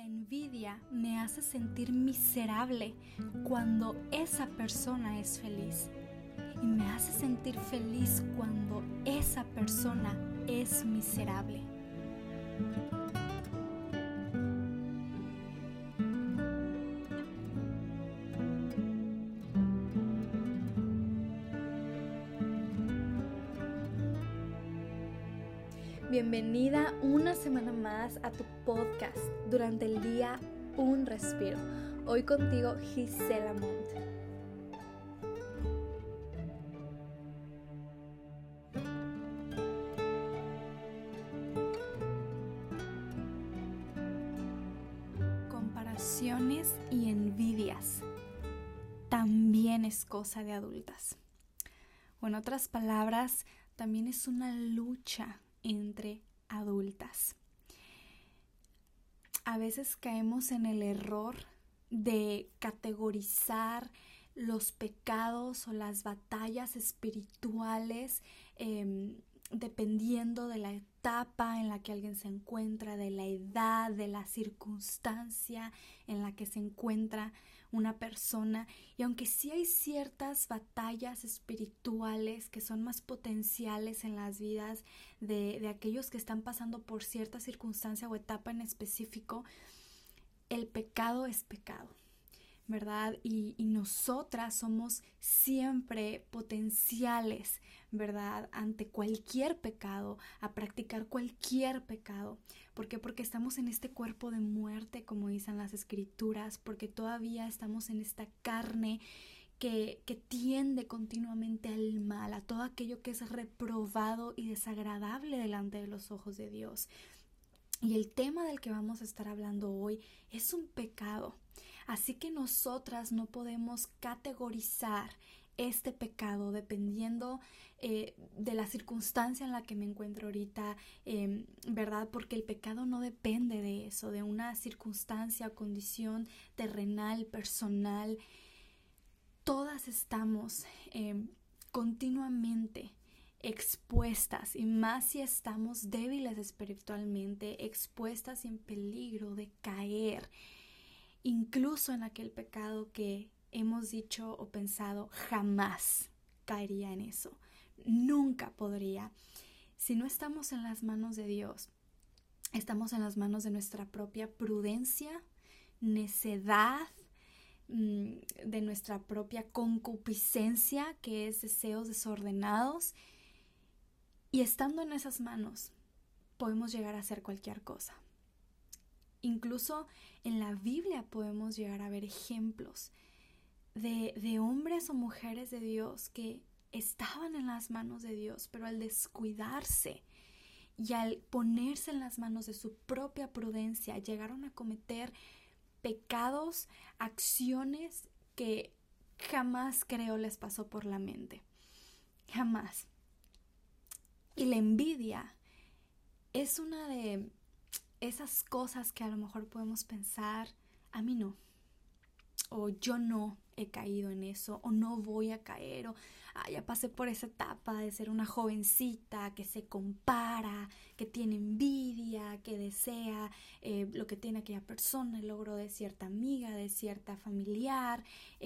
envidia me hace sentir miserable cuando esa persona es feliz. Y me hace sentir feliz cuando esa persona es miserable. Bienvenida una semana más a tu podcast Durante el Día Un Respiro. Hoy contigo Gisela Montt. Comparaciones y envidias también es cosa de adultas. O en otras palabras, también es una lucha entre adultas. A veces caemos en el error de categorizar los pecados o las batallas espirituales dependiendo de la etapa en la que alguien se encuentra, de la edad, de la circunstancia en la que se encuentra una persona. Y aunque sí hay ciertas batallas espirituales que son más potenciales en las vidas de aquellos que están pasando por cierta circunstancia o etapa en específico, el pecado es pecado, ¿verdad? Y nosotras somos siempre potenciales, ¿verdad? Ante cualquier pecado, a practicar cualquier pecado. ¿Por qué? Porque estamos en este cuerpo de muerte, como dicen las escrituras, porque todavía estamos en esta carne que tiende continuamente al mal, a todo aquello que es reprobado y desagradable delante de los ojos de Dios. Y el tema del que vamos a estar hablando hoy es un pecado. Así que nosotras no podemos categorizar este pecado dependiendo de la circunstancia en la que me encuentro ahorita, ¿verdad? Porque el pecado no depende de eso, de una circunstancia o condición terrenal, personal. Todas estamos continuamente expuestas, y más si estamos débiles espiritualmente, expuestas y en peligro de caer, incluso en aquel pecado que hemos dicho o pensado jamás caería en eso, nunca podría. Si no estamos en las manos de Dios, estamos en las manos de nuestra propia prudencia, necedad, de nuestra propia concupiscencia, que es deseos desordenados. Y estando en esas manos, podemos llegar a hacer cualquier cosa. Incluso en la Biblia podemos llegar a ver ejemplos de hombres o mujeres de Dios que estaban en las manos de Dios, pero al descuidarse y al ponerse en las manos de su propia prudencia, llegaron a cometer pecados, acciones que jamás creo les pasó por la mente. Jamás. Y la envidia es una de esas cosas que a lo mejor podemos pensar, a mí no, o yo no he caído en eso, o no voy a caer, o ya pasé por esa etapa de ser una jovencita que se compara, que tiene envidia, que desea lo que tiene aquella persona, el logro de cierta amiga, de cierta familiar,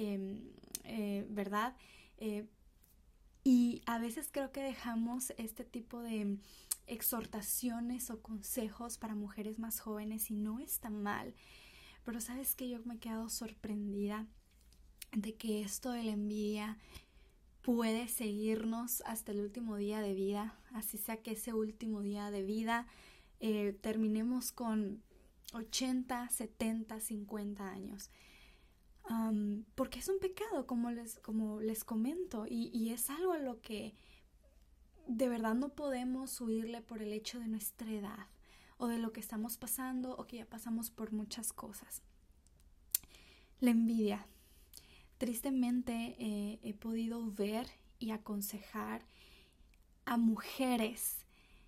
¿verdad? Y a veces creo que dejamos este tipo de exhortaciones o consejos para mujeres más jóvenes y no está mal. Pero sabes que yo me he quedado sorprendida de que esto de la envidia puede seguirnos hasta el último día de vida. Así sea que ese último día de vida terminemos con 80, 70, 50 años. Porque es un pecado, como les comento, y es algo a lo que de verdad no podemos huirle por el hecho de nuestra edad o de lo que estamos pasando o que ya pasamos por muchas cosas. La envidia. Tristemente he podido ver y aconsejar a mujeres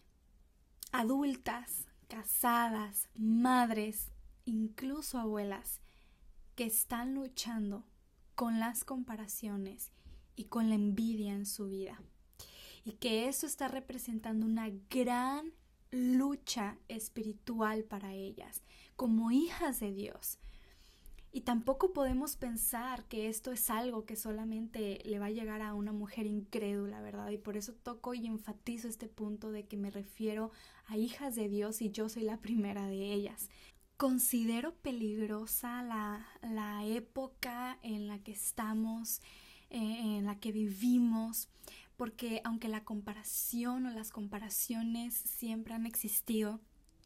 adultas, casadas, madres, incluso abuelas, que están luchando con las comparaciones y con la envidia en su vida. Y que eso está representando una gran lucha espiritual para ellas. como hijas de Dios. Y tampoco podemos pensar que esto es algo que solamente le va a llegar a una mujer incrédula, ¿verdad? Y por eso toco y enfatizo este punto de que me refiero a hijas de Dios y yo soy la primera de ellas. Considero peligrosa la época en la que estamos, en la que vivimos, porque aunque la comparación o las comparaciones siempre han existido,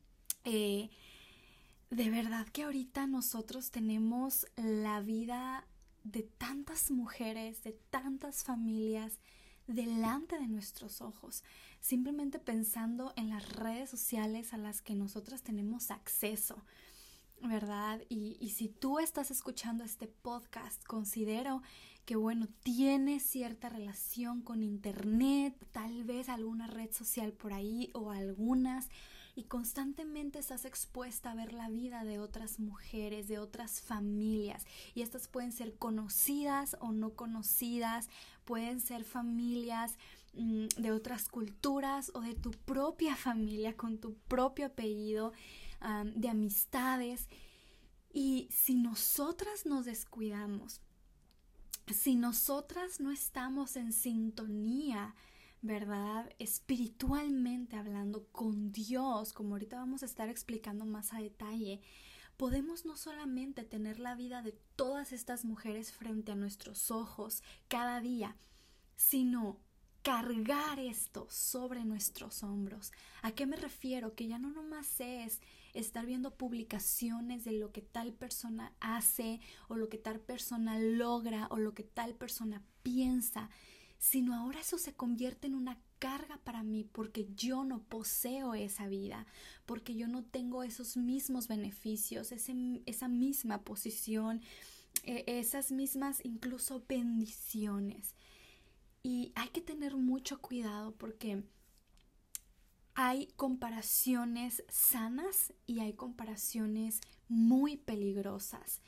de verdad que ahorita nosotros tenemos la vida de tantas mujeres, de tantas familias delante de nuestros ojos, simplemente pensando en las redes sociales a las que nosotras tenemos acceso, ¿verdad? Y si tú estás escuchando este podcast, considero que, bueno, tienes cierta relación con internet, tal vez alguna red social por ahí o algunas, y constantemente estás expuesta a ver la vida de otras mujeres, de otras familias, y estas pueden ser conocidas o no conocidas, pueden ser familias de otras culturas o de tu propia familia con tu propio apellido, de amistades. Y si nosotras nos descuidamos, si nosotras no estamos en sintonía, ¿verdad? Espiritualmente hablando con Dios, como ahorita vamos a estar explicando más a detalle, podemos no solamente tener la vida de todas estas mujeres frente a nuestros ojos cada día, sino cargar esto sobre nuestros hombros. ¿A qué me refiero? Que ya no nomás es estar viendo publicaciones de lo que tal persona hace o lo que tal persona logra o lo que tal persona piensa, sino ahora eso se convierte en una carga para mí porque yo no poseo esa vida, porque yo no tengo esos mismos beneficios, esa misma posición, esas mismas incluso bendiciones. Y hay que tener mucho cuidado porque hay comparaciones sanas y hay comparaciones muy peligrosas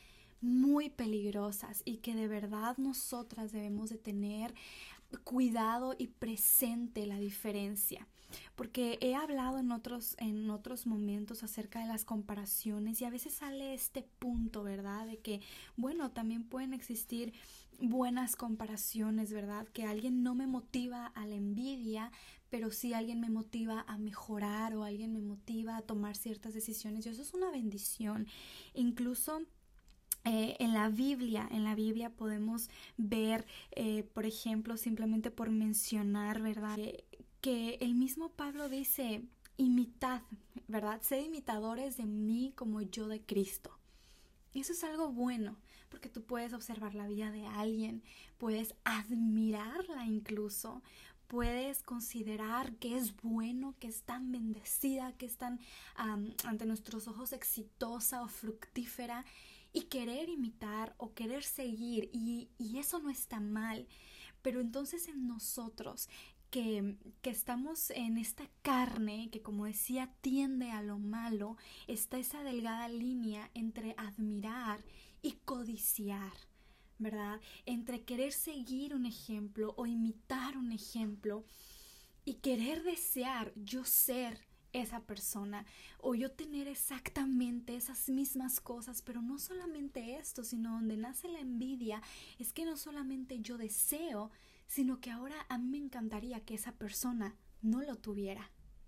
y que de verdad nosotras debemos de tener cuidado y presente la diferencia. Porque he hablado en otros momentos acerca de las comparaciones y a veces sale este punto, ¿verdad? De que, bueno, también pueden existir buenas comparaciones, ¿verdad? Que alguien no me motiva a la envidia, pero sí alguien me motiva a mejorar o alguien me motiva a tomar ciertas decisiones. Y eso es una bendición. Incluso en la Biblia podemos ver, por ejemplo, simplemente por mencionar, ¿verdad? Que el mismo Pablo dice, imitad, ¿verdad? Sed imitadores de mí como yo de Cristo. Y eso es algo bueno, porque tú puedes observar la vida de alguien, puedes admirarla incluso, puedes considerar que es bueno, que es tan bendecida, que es tan ante nuestros ojos exitosa o fructífera, y querer imitar o querer seguir, y eso no está mal. Pero entonces en nosotros que estamos en esta carne que, como decía, tiende a lo malo, está esa delgada línea entre admirar y codiciar, ¿verdad? Entre querer seguir un ejemplo o imitar un ejemplo y querer desear yo ser esa persona o yo tener exactamente esas mismas cosas. Pero no solamente esto, sino donde nace la envidia es que no solamente yo deseo, sino que ahora a mí me encantaría que esa persona no lo tuviera.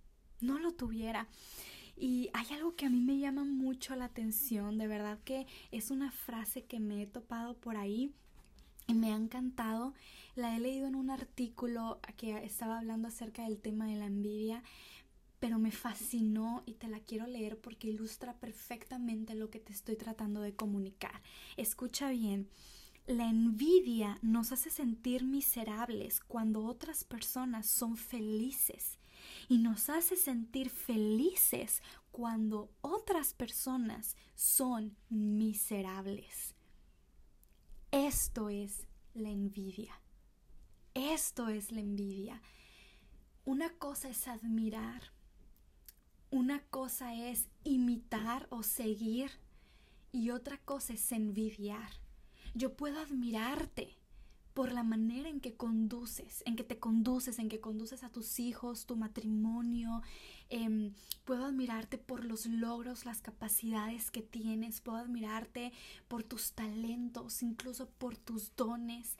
Y hay algo que a mí me llama mucho la atención, de verdad que es una frase que me he topado por ahí y me ha encantado. La he leído en un artículo que estaba hablando acerca del tema de la envidia, pero me fascinó y te la quiero leer porque ilustra perfectamente lo que te estoy tratando de comunicar. Escucha bien. La envidia nos hace sentir miserables cuando otras personas son felices y nos hace sentir felices cuando otras personas son miserables. Esto es la envidia. Esto es la envidia. Una cosa es admirar, una cosa es imitar o seguir y otra cosa es envidiar. Yo puedo admirarte, por la manera en que conduces, en que te conduces, en que conduces a tus hijos, tu matrimonio. Puedo admirarte por los logros, las capacidades que tienes. Puedo admirarte por tus talentos, incluso por tus dones.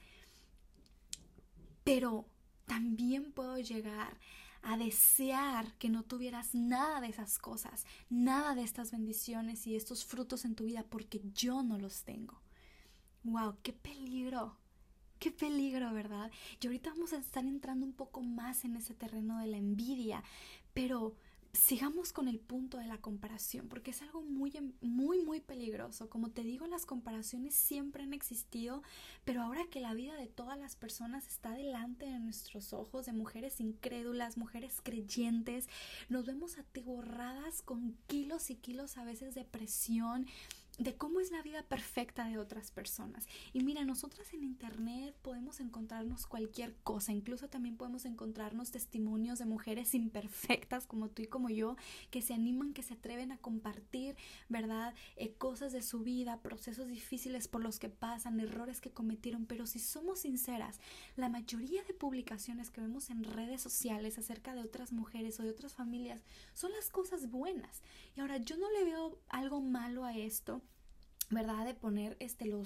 Pero también puedo llegar a desear que no tuvieras nada de esas cosas, nada de estas bendiciones y estos frutos en tu vida porque yo no los tengo. ¡Wow! ¡Qué peligro! ¡Qué peligro!, ¿verdad? Y ahorita vamos a estar entrando un poco más en ese terreno de la envidia, pero sigamos con el punto de la comparación, porque es algo muy, muy peligroso. Como te digo, las comparaciones siempre han existido, pero ahora que la vida de todas las personas está delante de nuestros ojos, de mujeres incrédulas, mujeres creyentes, nos vemos atiborradas con kilos y kilos a veces de presión, de cómo es la vida perfecta de otras personas. Y mira, nosotras en internet podemos encontrarnos cualquier cosa, incluso también podemos encontrarnos testimonios de mujeres imperfectas como tú y como yo, que se animan, que se atreven a compartir, ¿verdad? Cosas de su vida, procesos difíciles por los que pasan, errores que cometieron. Pero si somos sinceras, la mayoría de publicaciones que vemos en redes sociales acerca de otras mujeres o de otras familias son las cosas buenas. Y ahora, yo no le veo algo malo a esto, ¿verdad? De poner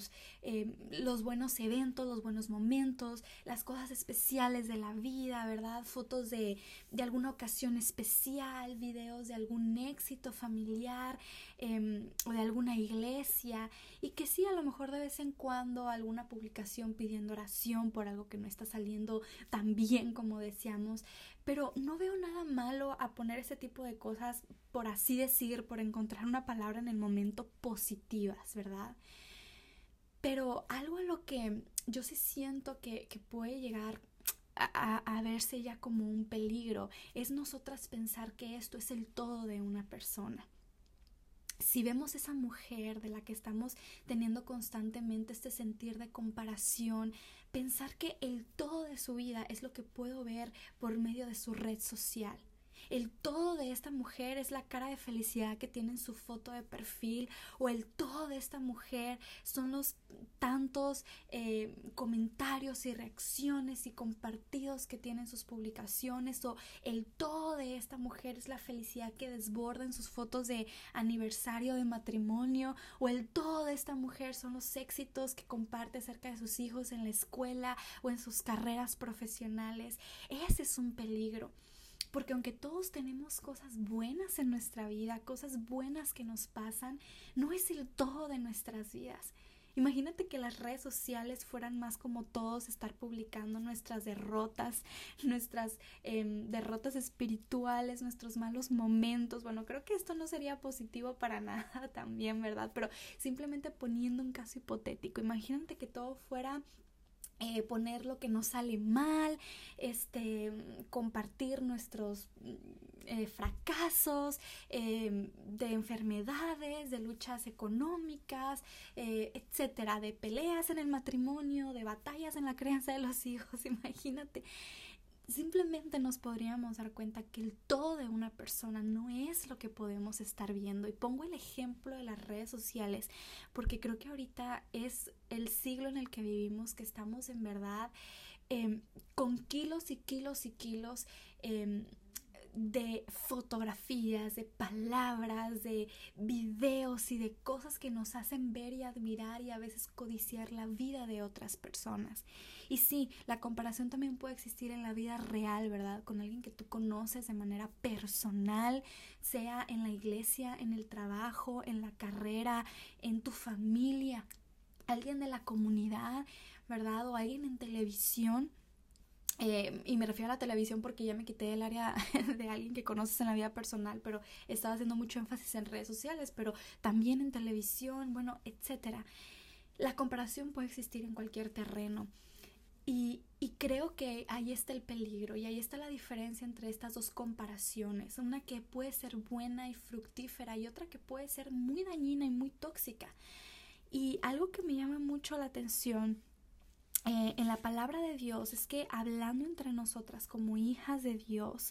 los buenos eventos, los buenos momentos, las cosas especiales de la vida, ¿verdad? Fotos de alguna ocasión especial, videos de algún éxito familiar, o de alguna iglesia, y que sí, a lo mejor de vez en cuando alguna publicación pidiendo oración por algo que no está saliendo tan bien como deseamos. Pero no veo nada malo a poner ese tipo de cosas, por así decir, por encontrar una palabra en el momento, positivas, ¿verdad? Pero algo a lo que yo sí siento que puede llegar a verse ya como un peligro es nosotras pensar que esto es el todo de una persona. Si vemos esa mujer de la que estamos teniendo constantemente este sentir de comparación, pensar que el todo de su vida es lo que puedo ver por medio de su red social. El todo de esta mujer es la cara de felicidad que tiene en su foto de perfil, o el todo de esta mujer son los tantos comentarios y reacciones y compartidos que tienen sus publicaciones, o el todo de esta mujer es la felicidad que desborda en sus fotos de aniversario de matrimonio, o el todo de esta mujer son los éxitos que comparte acerca de sus hijos en la escuela o en sus carreras profesionales. Ese es un peligro. Porque aunque todos tenemos cosas buenas en nuestra vida, cosas buenas que nos pasan, no es el todo de nuestras vidas. Imagínate que las redes sociales fueran más como todos, estar publicando nuestras derrotas, nuestras derrotas espirituales, nuestros malos momentos. Bueno, creo que esto no sería positivo para nada también, ¿verdad? Pero simplemente poniendo un caso hipotético, imagínate que todo fuera poner lo que nos sale mal, compartir nuestros fracasos, de enfermedades, de luchas económicas, etcétera, de peleas en el matrimonio, de batallas en la crianza de los hijos. Imagínate. Simplemente nos podríamos dar cuenta que el todo de una persona no es lo que podemos estar viendo. Y pongo el ejemplo de las redes sociales porque creo que ahorita es el siglo en el que vivimos, que estamos en verdad con kilos y kilos y kilos de fotografías, de palabras, de videos y de cosas que nos hacen ver y admirar y a veces codiciar la vida de otras personas. Y sí, la comparación también puede existir en la vida real, ¿verdad? Con alguien que tú conoces de manera personal, sea en la iglesia, en el trabajo, en la carrera, en tu familia, alguien de la comunidad, ¿verdad? O alguien en televisión. Y me refiero a la televisión porque ya me quité del área de alguien que conoces en la vida personal, pero estaba haciendo mucho énfasis en redes sociales, pero también en televisión, bueno, etcétera. La comparación puede existir en cualquier terreno. Y creo que ahí está el peligro y ahí está la diferencia entre estas dos comparaciones. Una que puede ser buena y fructífera y otra que puede ser muy dañina y muy tóxica. Y algo que me llama mucho la atención en la palabra de Dios es que, hablando entre nosotras como hijas de Dios,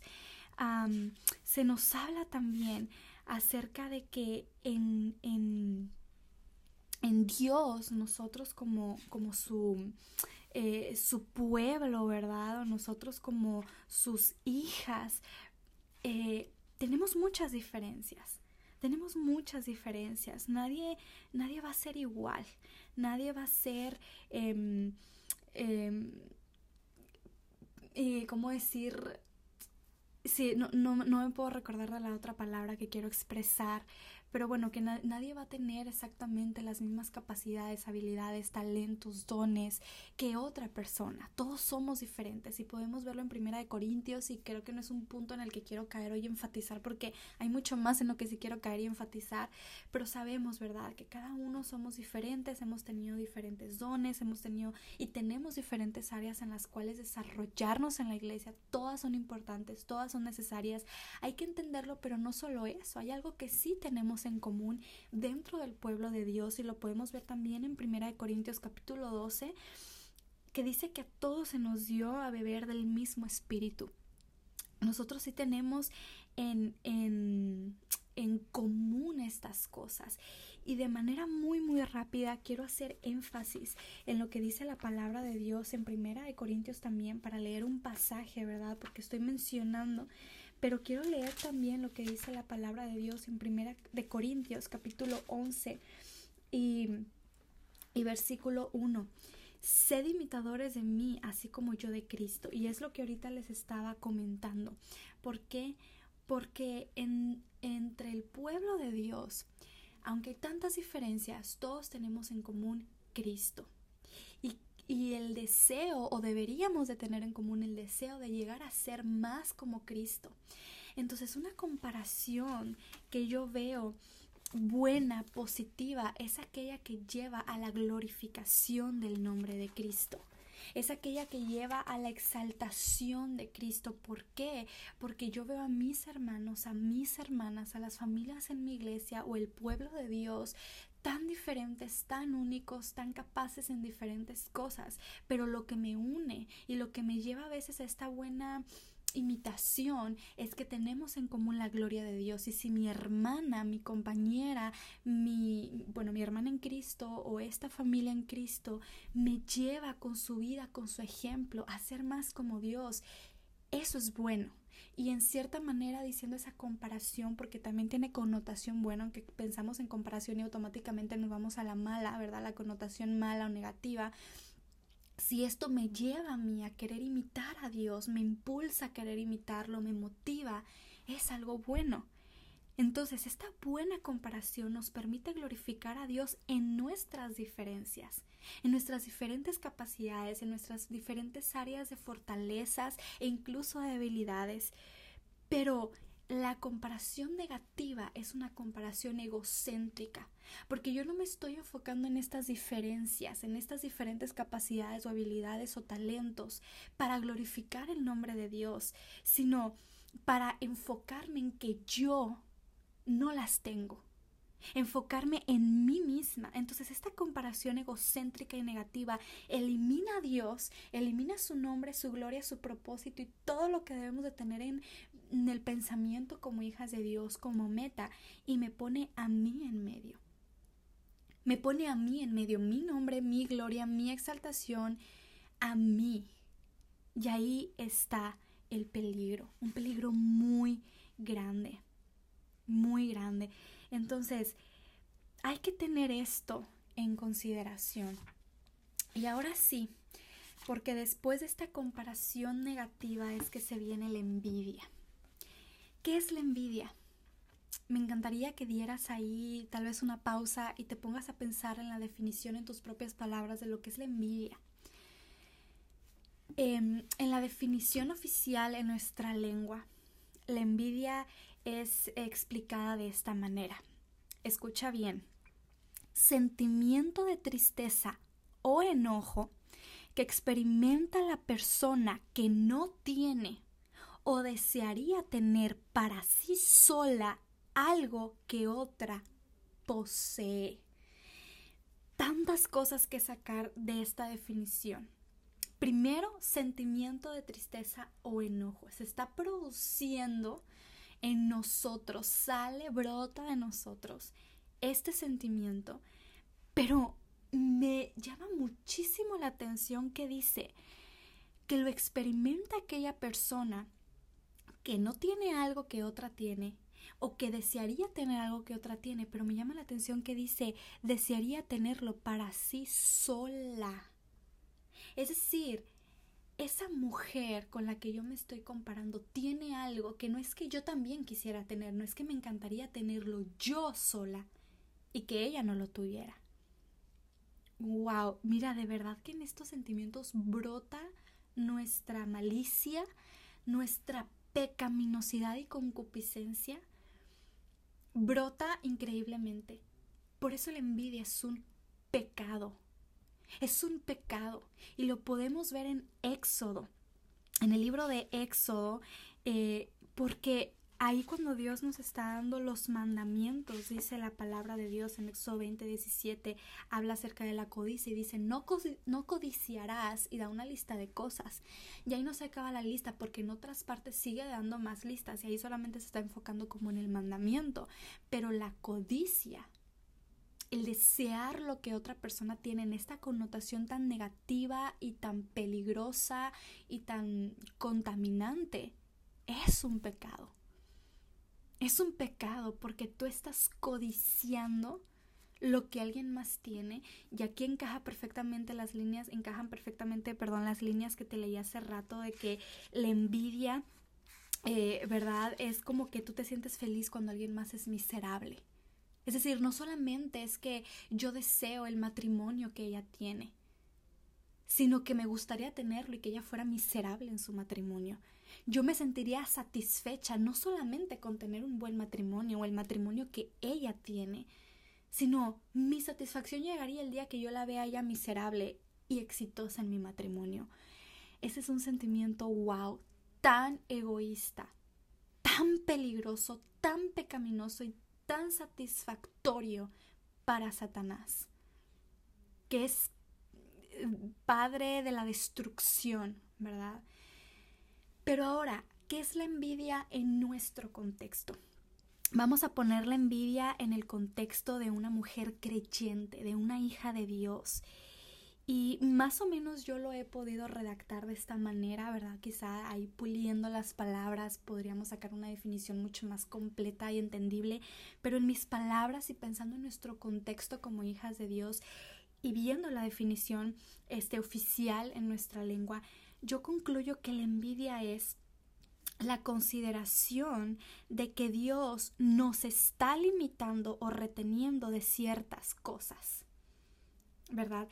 se nos habla también acerca de que en Dios nosotros como su su pueblo, ¿verdad? O nosotros como sus hijas, tenemos muchas diferencias. Tenemos muchas diferencias. Nadie va a ser igual. Nadie va a ser, ¿cómo decir? Sí, no me puedo recordar de la otra palabra que quiero expresar, pero bueno, que nadie va a tener exactamente las mismas capacidades, habilidades, talentos, dones que otra persona. Todos somos diferentes y podemos verlo en Primera de Corintios, y creo que no es un punto en el que quiero caer hoy y enfatizar, porque hay mucho más en lo que sí quiero caer y enfatizar, pero sabemos, ¿verdad?, que cada uno somos diferentes, hemos tenido diferentes dones, hemos tenido y tenemos diferentes áreas en las cuales desarrollarnos en la iglesia. Todas son importantes, todas son necesarias, hay que entenderlo, pero no solo eso, hay algo que sí tenemos en común dentro del pueblo de Dios, y lo podemos ver también en Primera de Corintios capítulo 12, que dice que a todos se nos dio a beber del mismo espíritu. Nosotros sí tenemos en común estas cosas. Y de manera muy muy rápida quiero hacer énfasis en lo que dice la palabra de Dios en Primera de Corintios también, para leer un pasaje, ¿verdad?, porque estoy mencionando, pero quiero leer también lo que dice la palabra de Dios en Primera de Corintios capítulo 11 y versículo 1. Sed imitadores de mí, así como yo de Cristo. Y es lo que ahorita les estaba comentando. ¿Por qué? Porque entre el pueblo de Dios, aunque hay tantas diferencias, todos tenemos en común Cristo. Y el deseo, o deberíamos de tener en común el deseo de llegar a ser más como Cristo. Entonces, una comparación que yo veo buena, positiva, es aquella que lleva a la glorificación del nombre de Cristo. Es aquella que lleva a la exaltación de Cristo. ¿Por qué? Porque yo veo a mis hermanos, a mis hermanas, a las familias en mi iglesia o el pueblo de Dios tan diferentes, tan únicos, tan capaces en diferentes cosas, pero lo que me une y lo que me lleva a veces a esta buena imitación es que tenemos en común la gloria de Dios. Y si mi hermana, mi compañera, mi hermana en Cristo o esta familia en Cristo me lleva con su vida, con su ejemplo, a ser más como Dios, eso es bueno. Y en cierta manera, diciendo esa comparación, porque también tiene connotación buena, aunque pensamos en comparación y automáticamente nos vamos a la mala, ¿verdad?, la connotación mala o negativa. Si esto me lleva a mí a querer imitar a Dios, me impulsa a querer imitarlo, me motiva, es algo bueno. Entonces, esta buena comparación nos permite glorificar a Dios en nuestras diferencias, en nuestras diferentes capacidades, en nuestras diferentes áreas de fortalezas e incluso de debilidades. Pero la comparación negativa es una comparación egocéntrica, porque yo no me estoy enfocando en estas diferencias, en estas diferentes capacidades o habilidades o talentos para glorificar el nombre de Dios, sino para enfocarme en que yo no las tengo, enfocarme en mí misma. Entonces esta comparación egocéntrica y negativa elimina a Dios, elimina su nombre, su gloria, su propósito y todo lo que debemos de tener en el pensamiento como hijas de Dios, como meta, y me pone a mí en medio. Me pone a mí en medio, mi nombre, mi gloria, mi exaltación, a mí. Y ahí está el peligro, un peligro muy grande, muy grande. Entonces, hay que tener esto en consideración. Y ahora sí, porque después de esta comparación negativa es que se viene la envidia. ¿Qué es la envidia? Me encantaría que dieras ahí tal vez una pausa y te pongas a pensar en la definición en tus propias palabras de lo que es la envidia. En la definición oficial en nuestra lengua, la envidia es explicada de esta manera. Escucha bien. Sentimiento de tristeza o enojo que experimenta la persona que no tiene o desearía tener para sí sola algo que otra posee. Tantas cosas que sacar de esta definición. Primero, sentimiento de tristeza o enojo. Se está produciendo en nosotros, brota de nosotros este sentimiento, pero me llama muchísimo la atención que dice que lo experimenta aquella persona que no tiene algo que otra tiene o que desearía tener algo que otra tiene, pero me llama la atención que dice desearía tenerlo para sí sola. Es decir, esa mujer con la que yo me estoy comparando tiene algo que no es que yo también quisiera tener, no es que me encantaría tenerlo yo sola y que ella no lo tuviera. Wow, mira, de verdad que en estos sentimientos brota nuestra malicia, nuestra pecaminosidad y concupiscencia, brota increíblemente. Por eso la envidia es un pecado. Es un pecado y lo podemos ver en Éxodo, en el libro de Éxodo, porque ahí cuando Dios nos está dando los mandamientos, dice la palabra de Dios en Éxodo 20:17, habla acerca de la codicia y dice no codiciarás y da una lista de cosas. Y ahí no se acaba la lista porque en otras partes sigue dando más listas y ahí solamente se está enfocando como en el mandamiento. Pero la codicia, el desear lo que otra persona tiene en esta connotación tan negativa y tan peligrosa y tan contaminante, es un pecado. Es un pecado porque tú estás codiciando lo que alguien más tiene y aquí encajan perfectamente las líneas que te leí hace rato de que la envidia, ¿verdad? Es como que tú te sientes feliz cuando alguien más es miserable. Es decir, no solamente es que yo deseo el matrimonio que ella tiene, sino que me gustaría tenerlo y que ella fuera miserable en su matrimonio. Yo me sentiría satisfecha no solamente con tener un buen matrimonio o el matrimonio que ella tiene, sino mi satisfacción llegaría el día que yo la vea a ella miserable y exitosa en mi matrimonio. Ese es un sentimiento, wow, tan egoísta, tan peligroso, tan pecaminoso y tan satisfactorio para Satanás, que es padre de la destrucción, ¿verdad? Pero ahora, ¿qué es la envidia en nuestro contexto? Vamos a poner la envidia en el contexto de una mujer creyente, de una hija de Dios. Y más o menos yo lo he podido redactar de esta manera, ¿verdad? Quizá ahí puliendo las palabras podríamos sacar una definición mucho más completa y entendible, pero en mis palabras y pensando en nuestro contexto como hijas de Dios y viendo la definición oficial en nuestra lengua, yo concluyo que la envidia es la consideración de que Dios nos está limitando o reteniendo de ciertas cosas, ¿verdad?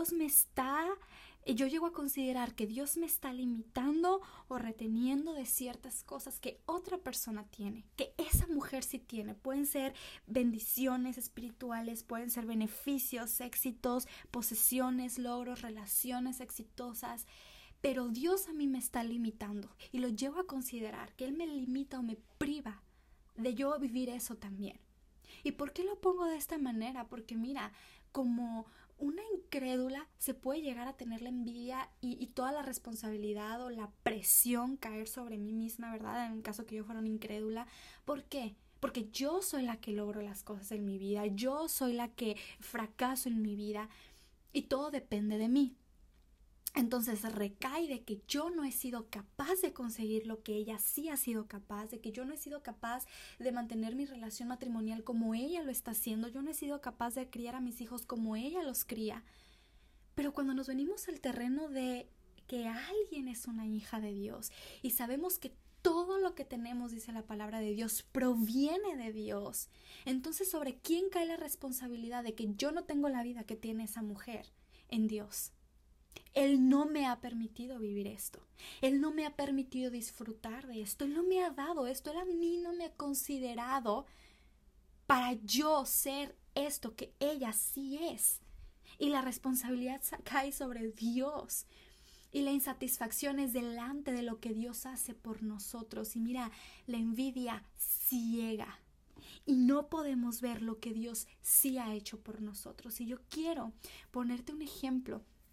Yo llego a considerar que Dios me está limitando o reteniendo de ciertas cosas que otra persona tiene, que esa mujer sí tiene. Pueden ser bendiciones espirituales, pueden ser beneficios, éxitos, posesiones, logros, relaciones exitosas, pero Dios a mí me está limitando y lo llevo a considerar que Él me limita o me priva de yo vivir eso también. ¿Y por qué lo pongo de esta manera? Porque mira, como una incrédula se puede llegar a tener la envidia y toda la responsabilidad o la presión caer sobre mí misma, ¿verdad? En el caso que yo fuera una incrédula. ¿Por qué? Porque yo soy la que logro las cosas en mi vida, yo soy la que fracaso en mi vida y todo depende de mí. Entonces recae de que yo no he sido capaz de conseguir lo que ella sí ha sido capaz, de que yo no he sido capaz de mantener mi relación matrimonial como ella lo está haciendo, yo no he sido capaz de criar a mis hijos como ella los cría. Pero cuando nos venimos al terreno de que alguien es una hija de Dios y sabemos que todo lo que tenemos, dice la palabra de Dios, proviene de Dios, entonces ¿sobre quién cae la responsabilidad de que yo no tengo la vida que tiene esa mujer? En Dios. Él no me ha permitido vivir esto. Él no me ha permitido disfrutar de esto. Él no me ha dado esto. Él a mí no me ha considerado para yo ser esto que ella sí es. Y la responsabilidad cae sobre Dios. Y la insatisfacción es delante de lo que Dios hace por nosotros. Y mira, la envidia ciega. Y no podemos ver lo que Dios sí ha hecho por nosotros. Y yo quiero ponerte un ejemplo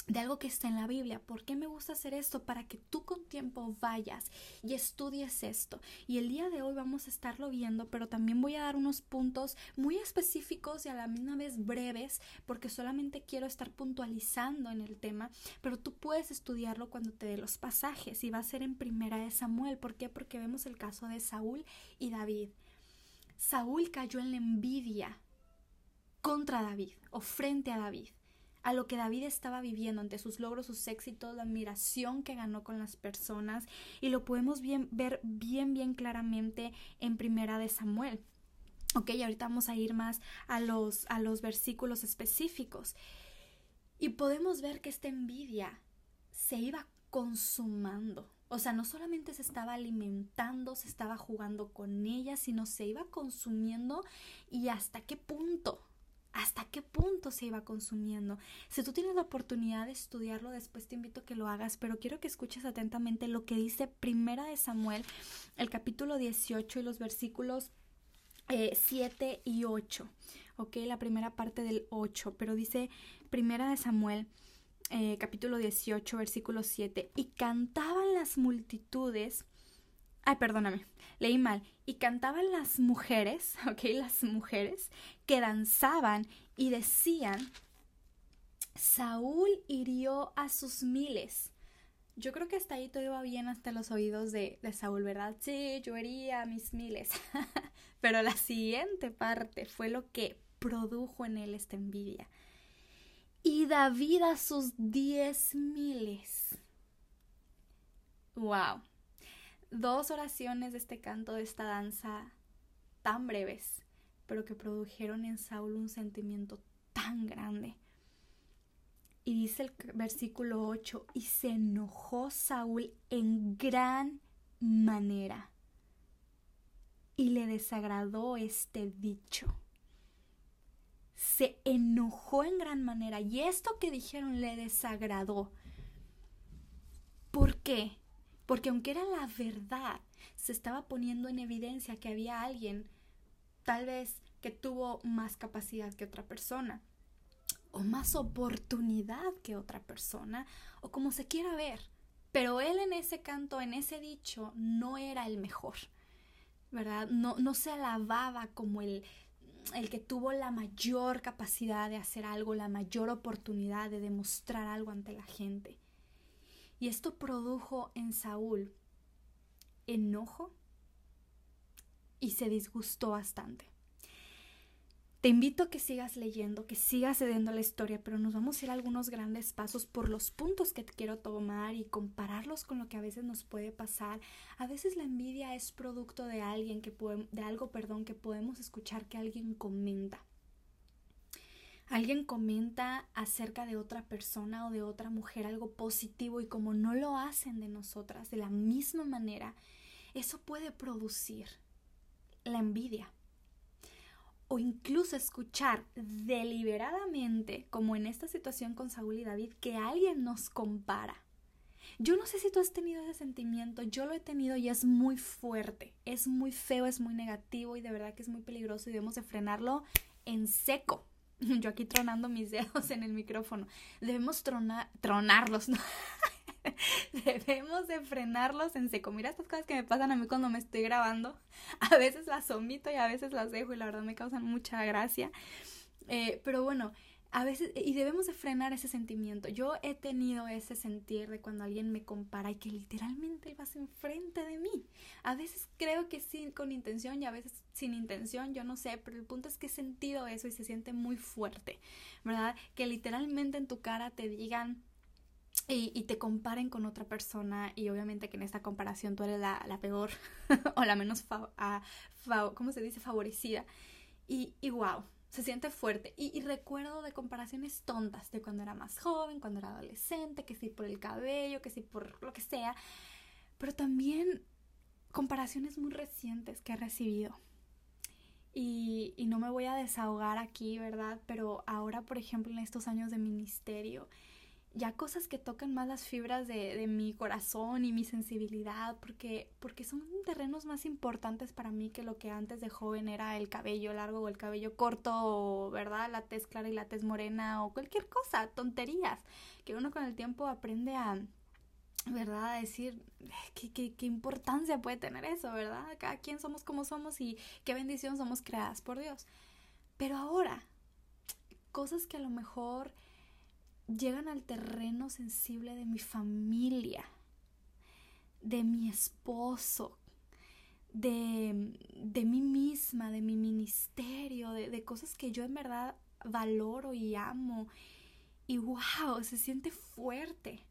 de algo que está en la Biblia. ¿Por qué me gusta hacer esto? Para que tú con tiempo vayas y estudies esto. Y el día de hoy vamos a estarlo viendo, pero también voy a dar unos puntos muy específicos y a la misma vez breves, porque solamente quiero estar puntualizando en el tema, pero tú puedes estudiarlo cuando te dé los pasajes y va a ser en Primera de Samuel. ¿Por qué? Porque vemos el caso de Saúl y David. Saúl cayó en la envidia contra David o frente a David, a lo que David estaba viviendo, ante sus logros, sus éxitos, la admiración que ganó con las personas, y lo podemos ver bien claramente en Primera de Samuel. Ok, ahorita vamos a ir más a los versículos específicos, y podemos ver que esta envidia se iba consumando. O sea, no solamente se estaba alimentando, se estaba jugando con ella, sino se iba consumiendo. ¿Y hasta qué punto? ¿Hasta qué punto se iba consumiendo? Si tú tienes la oportunidad de estudiarlo, después te invito a que lo hagas, pero quiero que escuches atentamente lo que dice Primera de Samuel, el capítulo 18 y los versículos 7 y 8. Ok, la primera parte del 8, pero dice Primera de Samuel, capítulo 18, versículo 7. Y cantaban las multitudes... Ay, perdóname, leí mal. Y cantaban las mujeres, ok, las mujeres que danzaban y decían: Saúl hirió a sus miles. Yo creo que hasta ahí todo iba bien, hasta los oídos de Saúl, ¿verdad? Sí, yo hería a mis miles. Pero la siguiente parte fue lo que produjo en él esta envidia. Y David a sus 10,000. ¡Wow! 2 oraciones de este canto, de esta danza, tan breves, pero que produjeron en Saúl un sentimiento tan grande. Y dice el versículo 8, y se enojó Saúl en gran manera, y le desagradó este dicho. Se enojó en gran manera, y esto que dijeron le desagradó. ¿Por qué? Porque aunque era la verdad, se estaba poniendo en evidencia que había alguien, tal vez, que tuvo más capacidad que otra persona, o más oportunidad que otra persona, o como se quiera ver. Pero él en ese canto, en ese dicho, no era el mejor, ¿verdad? No se alababa como el que tuvo la mayor capacidad de hacer algo, la mayor oportunidad de demostrar algo ante la gente. Y esto produjo en Saúl enojo y se disgustó bastante. Te invito a que sigas leyendo, que sigas cediendo a la historia, pero nos vamos a ir a algunos grandes pasos por los puntos que te quiero tomar y compararlos con lo que a veces nos puede pasar. A veces la envidia es producto de algo que podemos escuchar que alguien comenta. Alguien comenta acerca de otra persona o de otra mujer algo positivo, y como no lo hacen de nosotras de la misma manera, eso puede producir la envidia. O incluso escuchar deliberadamente, como en esta situación con Saúl y David, que alguien nos compara. Yo no sé si tú has tenido ese sentimiento, yo lo he tenido y es muy fuerte, es muy feo, es muy negativo y de verdad que es muy peligroso y debemos de frenarlo en seco. Yo aquí tronando mis dedos en el micrófono. Debemos tronarlos, ¿no? Debemos de frenarlos en seco. Mira estas cosas que me pasan a mí cuando me estoy grabando. A veces las omito y a veces las dejo y la verdad me causan mucha gracia. Pero bueno, a veces, y debemos de frenar ese sentimiento. Yo he tenido ese sentir de cuando alguien me compara y que literalmente vas enfrente de mí. A veces creo que sí con intención y a veces sin intención, yo no sé, pero el punto es que he sentido eso y se siente muy fuerte, ¿verdad? Que literalmente en tu cara te digan y te comparen con otra persona, y obviamente que en esta comparación tú eres la peor o la menos ¿cómo se dice? Favorecida. Y wow, se siente fuerte. Y recuerdo de comparaciones tontas de cuando era más joven, cuando era adolescente, que sí por el cabello, que sí por lo que sea, pero también comparaciones muy recientes que he recibido. Y no me voy a desahogar aquí, ¿verdad? Pero ahora, por ejemplo, en estos años de ministerio, ya cosas que tocan más las fibras de mi corazón y mi sensibilidad, porque son terrenos más importantes para mí que lo que antes de joven era el cabello largo o el cabello corto, ¿verdad? La tez clara y la tez morena o cualquier cosa, tonterías, que uno con el tiempo aprende a, ¿verdad? A decir qué importancia puede tener eso, ¿verdad? Cada quien somos como somos y qué bendición somos creadas por Dios. Pero ahora, cosas que a lo mejor llegan al terreno sensible de mi familia, de mi esposo, de mí misma, de mi ministerio, de cosas que yo en verdad valoro y amo. Y wow, se siente fuerte.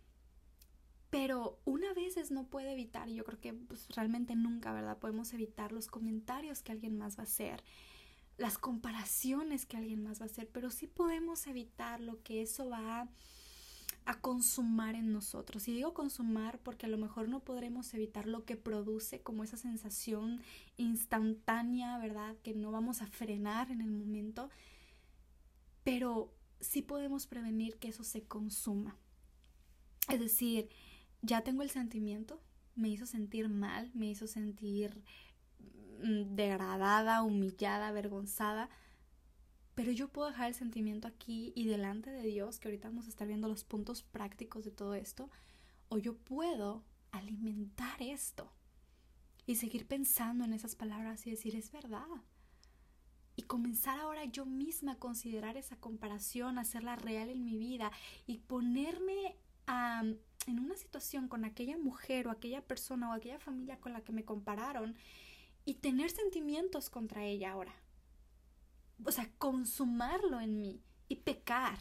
Pero una vez no puede evitar, y yo creo que pues, realmente nunca, ¿verdad? Podemos evitar los comentarios que alguien más va a hacer, las comparaciones que alguien más va a hacer, pero sí podemos evitar lo que eso va a consumar en nosotros. Y digo consumar porque a lo mejor no podremos evitar lo que produce, como esa sensación instantánea, ¿verdad? Que no vamos a frenar en el momento, pero sí podemos prevenir que eso se consuma. Es decir, ya tengo el sentimiento, me hizo sentir mal, me hizo sentir degradada, humillada, avergonzada, pero yo puedo dejar el sentimiento aquí y delante de Dios, que ahorita vamos a estar viendo los puntos prácticos de todo esto, o yo puedo alimentar esto y seguir pensando en esas palabras y decir, es verdad. Y comenzar ahora yo misma a considerar esa comparación, hacerla real en mi vida y ponerme en una situación con aquella mujer o aquella persona o aquella familia con la que me compararon y tener sentimientos contra ella ahora. O sea, consumarlo en mí y pecar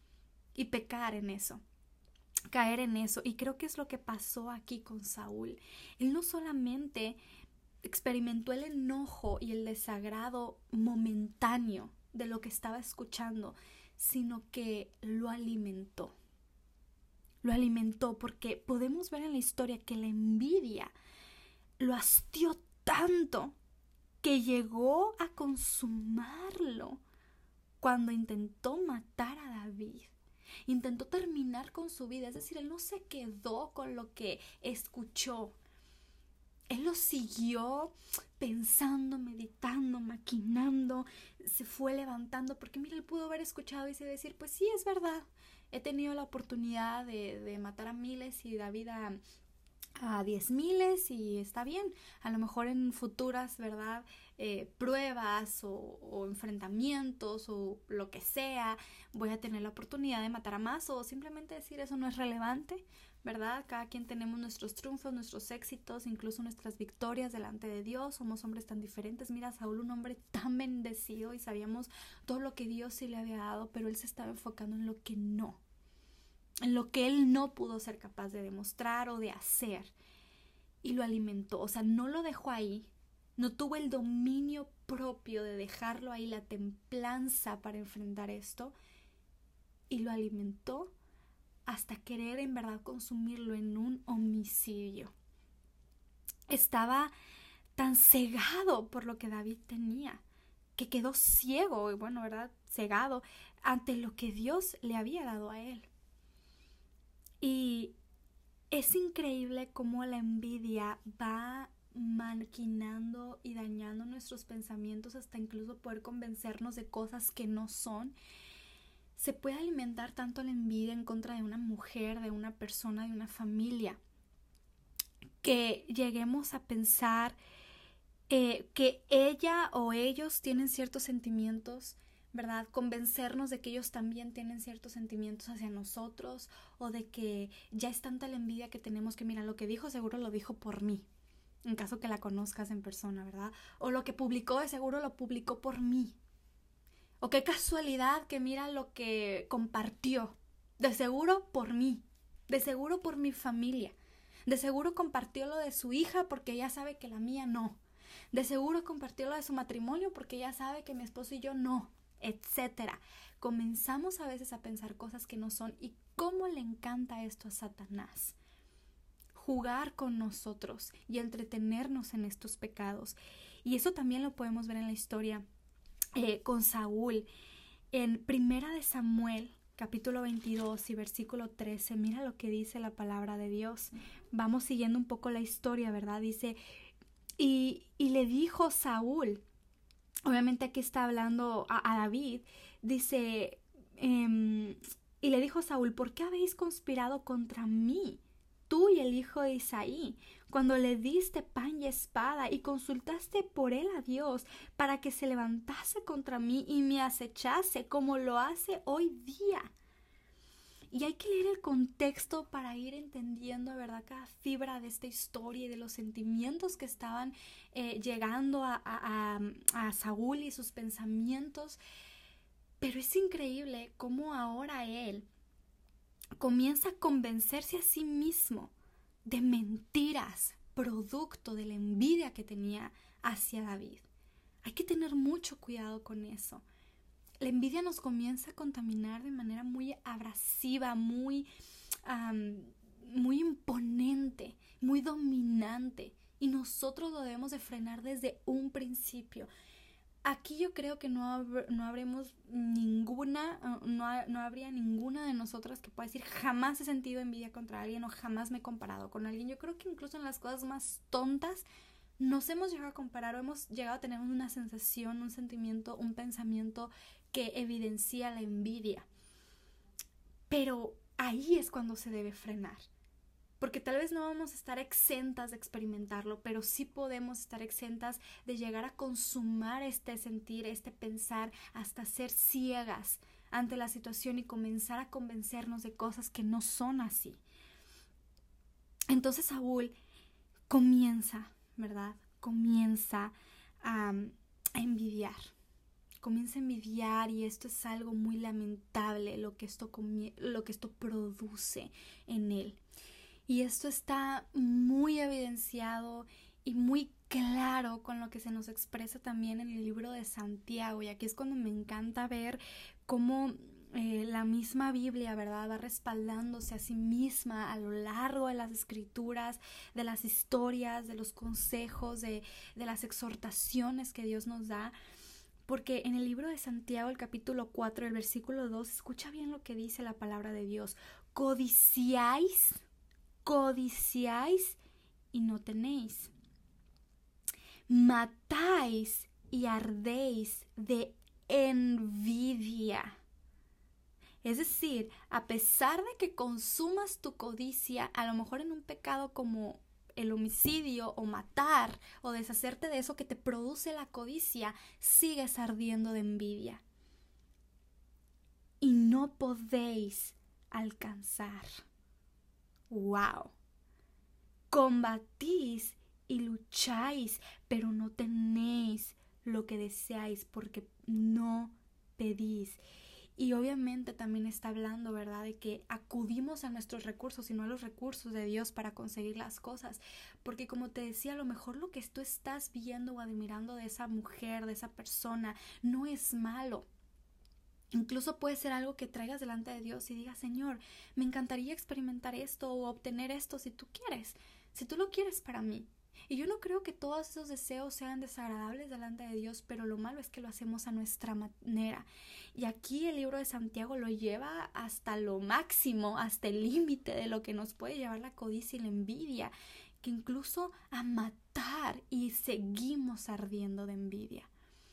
en eso, caer en eso. Y creo que es lo que pasó aquí con Saúl. Él no solamente experimentó el enojo y el desagrado momentáneo de lo que estaba escuchando, sino que lo alimentó. Lo alimentó porque podemos ver en la historia que la envidia lo hastió tanto que llegó a consumarlo cuando intentó matar a David. Intentó terminar con su vida, es decir, él no se quedó con lo que escuchó. Él lo siguió pensando, meditando, maquinando, se fue levantando, porque mira, él pudo haber escuchado y decir, pues sí, es verdad, he tenido la oportunidad de matar a miles y David a 10,000 y está bien, a lo mejor en futuras, ¿verdad? Pruebas o enfrentamientos o lo que sea, voy a tener la oportunidad de matar a más o simplemente decir eso no es relevante, ¿verdad? Cada quien tenemos nuestros triunfos, nuestros éxitos, incluso nuestras victorias delante de Dios, somos hombres tan diferentes. Mira, Saúl, un hombre tan bendecido y sabíamos todo lo que Dios sí le había dado, pero él se estaba enfocando en lo que no, en lo que él no pudo ser capaz de demostrar o de hacer, y lo alimentó. O sea, no lo dejó ahí, no tuvo el dominio propio de dejarlo ahí, la templanza para enfrentar esto, y lo alimentó hasta querer en verdad consumirlo en un homicidio. Estaba tan cegado por lo que David tenía, que quedó ciego, y bueno, ¿verdad? Cegado ante lo que Dios le había dado a él. Y es increíble cómo la envidia va maquinando y dañando nuestros pensamientos hasta incluso poder convencernos de cosas que no son. Se puede alimentar tanto la envidia en contra de una mujer, de una persona, de una familia, que lleguemos a pensar que ella o ellos tienen ciertos sentimientos, ¿verdad? Convencernos de que ellos también tienen ciertos sentimientos hacia nosotros, o de que ya es tanta la envidia que tenemos que, mira, lo que dijo seguro lo dijo por mí, en caso que la conozcas en persona, ¿verdad? O lo que publicó de seguro lo publicó por mí. O qué casualidad que mira lo que compartió, de seguro por mí, de seguro por mi familia, de seguro compartió lo de su hija porque ella sabe que la mía no, de seguro compartió lo de su matrimonio porque ella sabe que mi esposo y yo no, etcétera. Comenzamos a veces a pensar cosas que no son. ¿Y cómo le encanta esto a Satanás? Jugar con nosotros y entretenernos en estos pecados. Y eso también lo podemos ver en la historia con Saúl. En Primera de Samuel, capítulo 22 y versículo 13, mira lo que dice la palabra de Dios. Vamos siguiendo un poco la historia, ¿verdad? Dice, y le dijo Saúl, obviamente aquí está hablando a David, dice, y le dijo Saúl, ¿por qué habéis conspirado contra mí, tú y el hijo de Isaí, cuando le diste pan y espada y consultaste por él a Dios para que se levantase contra mí y me acechase como lo hace hoy día? Y hay que leer el contexto para ir entendiendo, ¿verdad?, cada fibra de esta historia y de los sentimientos que estaban llegando a Saúl y sus pensamientos. Pero es increíble cómo ahora él comienza a convencerse a sí mismo de mentiras, producto de la envidia que tenía hacia David. Hay que tener mucho cuidado con eso. La envidia nos comienza a contaminar de manera muy abrasiva, muy imponente, muy dominante. Y nosotros lo debemos de frenar desde un principio. Aquí yo creo que no habría ninguna de nosotras que pueda decir jamás he sentido envidia contra alguien o jamás me he comparado con alguien. Yo creo que incluso en las cosas más tontas nos hemos llegado a comparar o hemos llegado a tener una sensación, un sentimiento, un pensamiento que evidencia la envidia. Pero ahí es cuando se debe frenar. Porque tal vez no vamos a estar exentas de experimentarlo, pero sí podemos estar exentas de llegar a consumar este sentir, este pensar, hasta ser ciegas ante la situación y comenzar a convencernos de cosas que no son así. Entonces Saúl comienza, ¿verdad? Comienza a envidiar. Comienza a envidiar y esto es algo muy lamentable lo que esto produce en él. Y esto está muy evidenciado y muy claro con lo que se nos expresa también en el libro de Santiago. Y aquí es cuando me encanta ver cómo la misma Biblia, ¿verdad?, va respaldándose a sí misma a lo largo de las escrituras, de las historias, de los consejos, de las exhortaciones que Dios nos da. Porque en el libro de Santiago, el capítulo 4, el versículo 2, escucha bien lo que dice la palabra de Dios. Codiciáis y no tenéis. Matáis y ardéis de envidia. Es decir, a pesar de que consumas tu codicia, a lo mejor en un pecado como el homicidio o matar o deshacerte de eso que te produce la codicia, sigues ardiendo de envidia. Y no podéis alcanzar. ¡Wow! Combatís y lucháis, pero no tenéis lo que deseáis porque no pedís. Y obviamente también está hablando, ¿verdad?, de que acudimos a nuestros recursos y no a los recursos de Dios para conseguir las cosas. Porque como te decía, a lo mejor lo que tú estás viendo o admirando de esa mujer, de esa persona, no es malo. Incluso puede ser algo que traigas delante de Dios y digas, Señor, me encantaría experimentar esto o obtener esto si tú quieres, si tú lo quieres para mí. Y yo no creo que todos esos deseos sean desagradables delante de Dios, pero lo malo es que lo hacemos a nuestra manera. Y aquí el libro de Santiago lo lleva hasta lo máximo, hasta el límite de lo que nos puede llevar la codicia y la envidia, que incluso a matar, y seguimos ardiendo de envidia.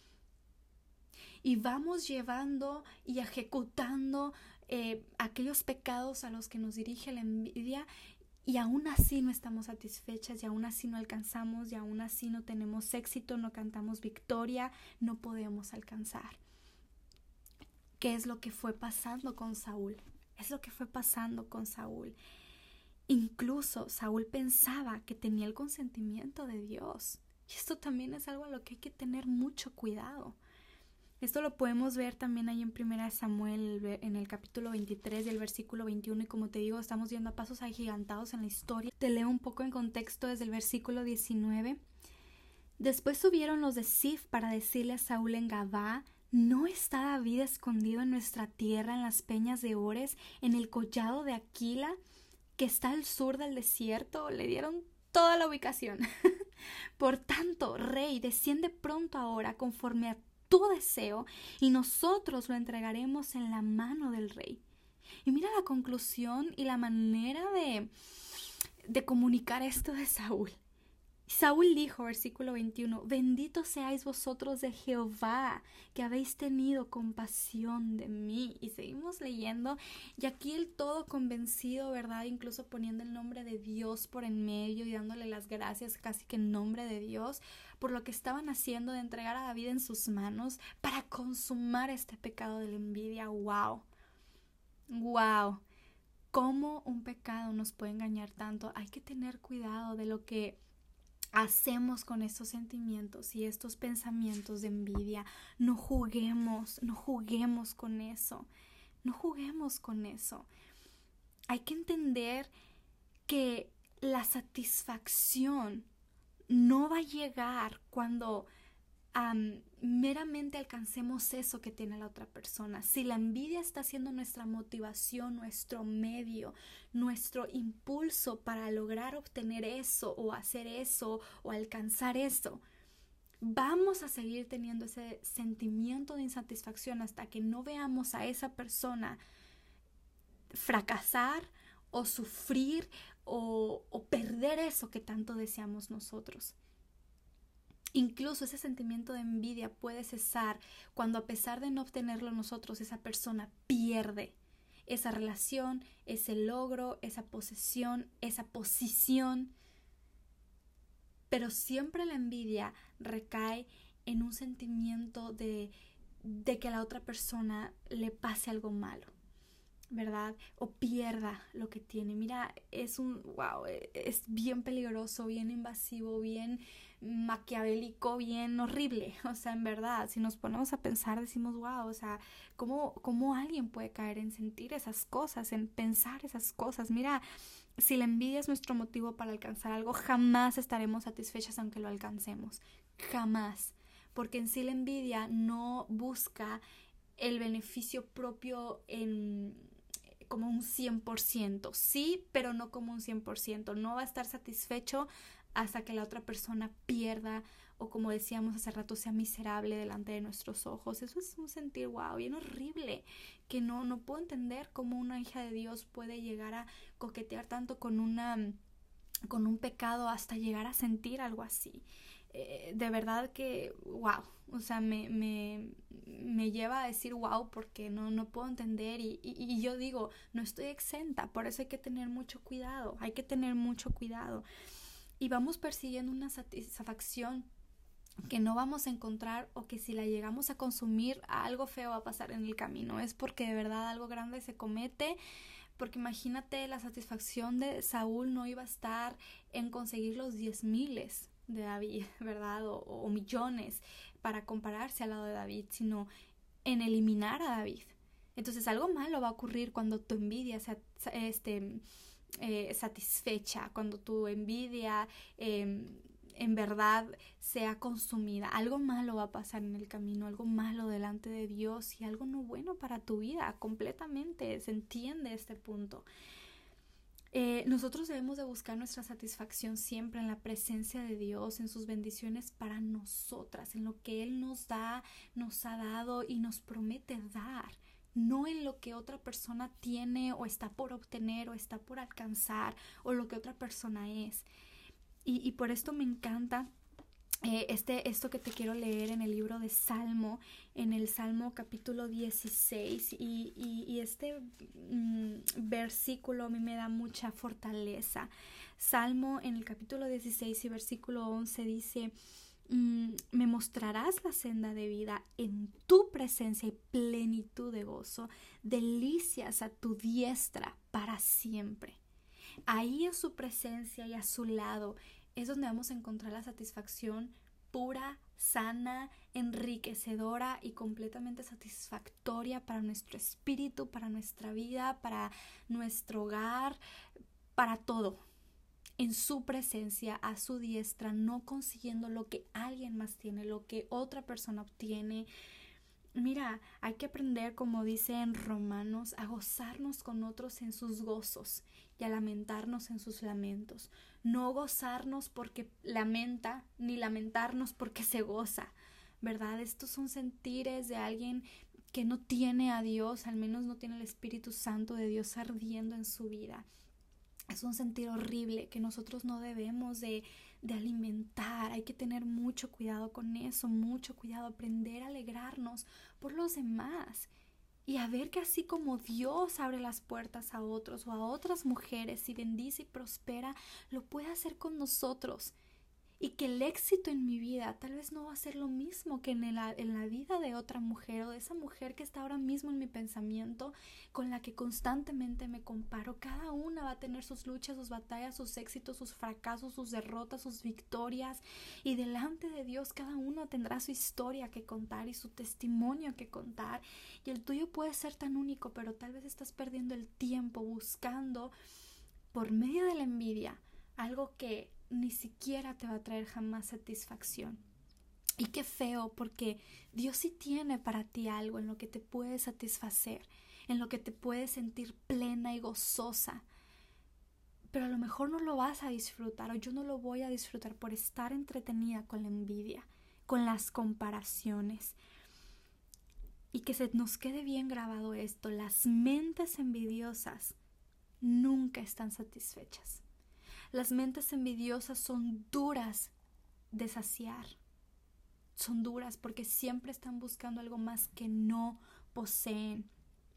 Y vamos llevando y ejecutando aquellos pecados a los que nos dirige la envidia, y aún así no estamos satisfechas, y aún así no alcanzamos, y aún así no tenemos éxito, no cantamos victoria, no podemos alcanzar. ¿Qué es lo que fue pasando con Saúl? Es lo que fue pasando con Saúl. Incluso Saúl pensaba que tenía el consentimiento de Dios. Y esto también es algo a lo que hay que tener mucho cuidado. Esto lo podemos ver también ahí en 1 Samuel, en el capítulo 23 y el versículo 21. Y como te digo, estamos viendo a pasos agigantados en la historia. Te leo un poco en contexto desde el versículo 19. Después subieron los de Ziph para decirle a Saúl en Gabá: ¿no está David escondido en nuestra tierra, en las peñas de Ores, en el collado de Aquila, que está al sur del desierto? Le dieron toda la ubicación. Por tanto, rey, desciende pronto ahora conforme a tu deseo, y nosotros lo entregaremos en la mano del rey. Y mira la conclusión y la manera de comunicar esto de Saúl. Saúl dijo, versículo 21, bendito seáis vosotros de Jehová, que habéis tenido compasión de mí. Y seguimos leyendo, y aquí el todo convencido, ¿verdad? Incluso poniendo el nombre de Dios por en medio y dándole las gracias casi que en nombre de Dios por lo que estaban haciendo de entregar a David en sus manos para consumar este pecado de la envidia. ¡Wow! ¡Wow! ¿Cómo un pecado nos puede engañar tanto? Hay que tener cuidado de lo que hacemos con estos sentimientos y estos pensamientos de envidia. No juguemos con eso. No juguemos con eso. Hay que entender que la satisfacción no va a llegar cuando meramente alcancemos eso que tiene la otra persona. Si la envidia está siendo nuestra motivación, nuestro medio, nuestro impulso para lograr obtener eso o hacer eso o alcanzar eso, vamos a seguir teniendo ese sentimiento de insatisfacción hasta que no veamos a esa persona fracasar o sufrir o perder eso que tanto deseamos nosotros. Incluso ese sentimiento de envidia puede cesar cuando, a pesar de no obtenerlo nosotros, esa persona pierde esa relación, ese logro, esa posesión, esa posición. Pero siempre la envidia recae en un sentimiento de que a la otra persona le pase algo malo, ¿verdad? O pierda lo que tiene. Mira, es bien peligroso, bien invasivo, bien maquiavélico, bien horrible. O sea, en verdad, si nos ponemos a pensar, decimos, wow, o sea, ¿cómo alguien puede caer en sentir esas cosas, en pensar esas cosas? Mira, si la envidia es nuestro motivo para alcanzar algo, jamás estaremos satisfechas aunque lo alcancemos. Jamás. Porque en sí la envidia no busca el beneficio propio como un 100%. Sí, pero no como un 100%. No va a estar satisfecho hasta que la otra persona pierda o, como decíamos hace rato, sea miserable delante de nuestros ojos. Eso es un sentir, wow, bien horrible, que no puedo entender cómo una hija de Dios puede llegar a coquetear tanto con un pecado hasta llegar a sentir algo así. De verdad que, wow, o sea, me lleva a decir wow, porque no puedo entender y yo digo, no estoy exenta, por eso hay que tener mucho cuidado, y vamos persiguiendo una satisfacción que no vamos a encontrar, o que si la llegamos a consumir, algo feo va a pasar en el camino. Es porque de verdad algo grande se comete. Porque imagínate, la satisfacción de Saúl no iba a estar en conseguir los 10,000 de David, ¿verdad? O millones para compararse al lado de David, sino en eliminar a David. Entonces algo malo va a ocurrir cuando tu envidia sea satisfecha, cuando tu envidia en verdad sea consumida. Algo malo va a pasar en el camino, algo malo delante de Dios y algo no bueno para tu vida, completamente. Se entiende este punto. Nosotros debemos de buscar nuestra satisfacción siempre en la presencia de Dios, en sus bendiciones para nosotras, en lo que Él nos da, nos ha dado y nos promete dar. No en lo que otra persona tiene o está por obtener o está por alcanzar o lo que otra persona es. Y por esto me encanta esto que te quiero leer en el libro de Salmo, en el Salmo capítulo 16, y este versículo a mí me da mucha fortaleza. Salmo en el capítulo 16 y versículo 11 dice: me mostrarás la senda de vida, en tu presencia y plenitud de gozo, delicias a tu diestra para siempre. Ahí en su presencia y a su lado es donde vamos a encontrar la satisfacción pura, sana, enriquecedora y completamente satisfactoria para nuestro espíritu, para nuestra vida, para nuestro hogar, para todo. En su presencia, a su diestra, no consiguiendo lo que alguien más tiene, lo que otra persona obtiene. Mira, hay que aprender, como dice en Romanos, a gozarnos con otros en sus gozos y a lamentarnos en sus lamentos. No gozarnos porque lamenta, ni lamentarnos porque se goza, ¿verdad? Estos son sentires de alguien que no tiene a Dios, al menos no tiene el Espíritu Santo de Dios ardiendo en su vida. Es un sentir horrible que nosotros no debemos de alimentar. Hay que tener mucho cuidado con eso, mucho cuidado, aprender a alegrarnos por los demás. Y a ver que así como Dios abre las puertas a otros o a otras mujeres y bendice y prospera, lo puede hacer con nosotros. Y que el éxito en mi vida tal vez no va a ser lo mismo que en la vida de otra mujer o de esa mujer que está ahora mismo en mi pensamiento, con la que constantemente me comparo. Cada una va a tener sus luchas, sus batallas, sus éxitos, sus fracasos, sus derrotas, sus victorias. Y delante de Dios cada uno tendrá su historia que contar y su testimonio que contar. Y el tuyo puede ser tan único, pero tal vez estás perdiendo el tiempo buscando por medio de la envidia algo que ni siquiera te va a traer jamás satisfacción. Y qué feo, porque Dios sí tiene para ti algo en lo que te puede satisfacer, en lo que te puedes sentir plena y gozosa. Pero a lo mejor no lo vas a disfrutar, o yo no lo voy a disfrutar por estar entretenida con la envidia, con las comparaciones. Y que se nos quede bien grabado esto: las mentes envidiosas nunca están satisfechas. Las mentes envidiosas son duras de saciar. Son duras porque siempre están buscando algo más que no poseen.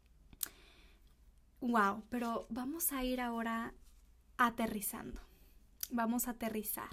Wow, pero vamos a ir ahora aterrizando. Vamos a aterrizar.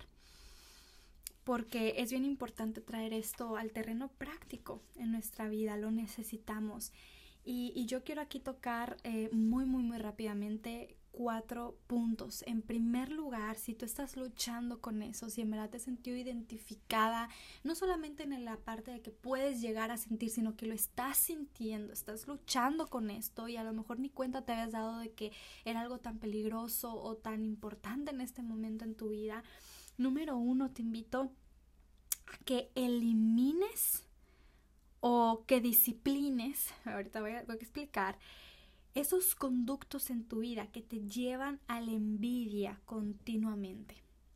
Porque es bien importante traer esto al terreno práctico en nuestra vida. Lo necesitamos. Y yo quiero aquí tocar muy rápidamente 4 puntos. En primer lugar, si tú estás luchando con eso, si en verdad te has sentido identificada, no solamente en la parte de que puedes llegar a sentir, sino que lo estás sintiendo, estás luchando con esto y a lo mejor ni cuenta te habías dado de que era algo tan peligroso o tan importante en este momento en tu vida. Número 1, te invito a que elimines o que disciplines, ahorita voy a explicar, esos conductos en tu vida que te llevan a la envidia continuamente.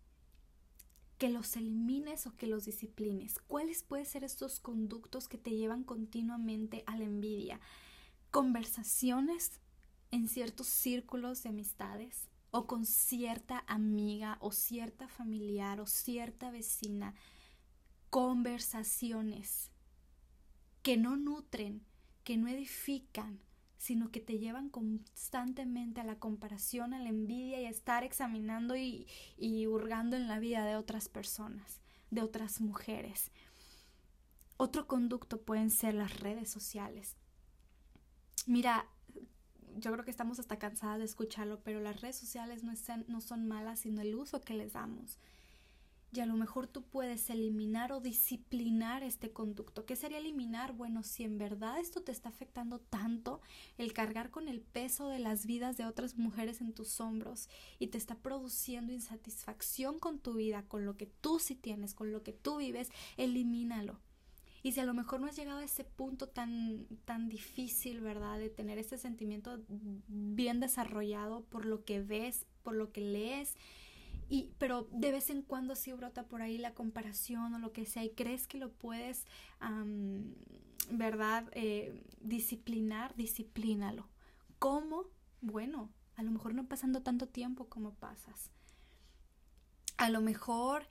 Que los elimines o que los disciplines. ¿Cuáles pueden ser estos conductos que te llevan continuamente a la envidia? Conversaciones en ciertos círculos de amistades o con cierta amiga o cierta familiar o cierta vecina. Conversaciones que no nutren, que no edifican, sino que te llevan constantemente a la comparación, a la envidia y a estar examinando y hurgando en la vida de otras personas, de otras mujeres. Otro conducto pueden ser las redes sociales. Mira, yo creo que estamos hasta cansadas de escucharlo, pero las redes sociales no son malas, sino el uso que les damos. Y a lo mejor tú puedes eliminar o disciplinar este conducto. ¿Qué sería eliminar? Bueno, si en verdad esto te está afectando tanto, el cargar con el peso de las vidas de otras mujeres en tus hombros y te está produciendo insatisfacción con tu vida, con lo que tú sí tienes, con lo que tú vives, elimínalo. Y si a lo mejor no has llegado a ese punto tan difícil, ¿verdad? De tener ese sentimiento bien desarrollado por lo que ves, por lo que lees, pero de vez en cuando sí brota por ahí la comparación o lo que sea y crees que lo puedes, ¿verdad? Disciplínalo. ¿Cómo? Bueno, a lo mejor no pasando tanto tiempo como pasas. A lo mejor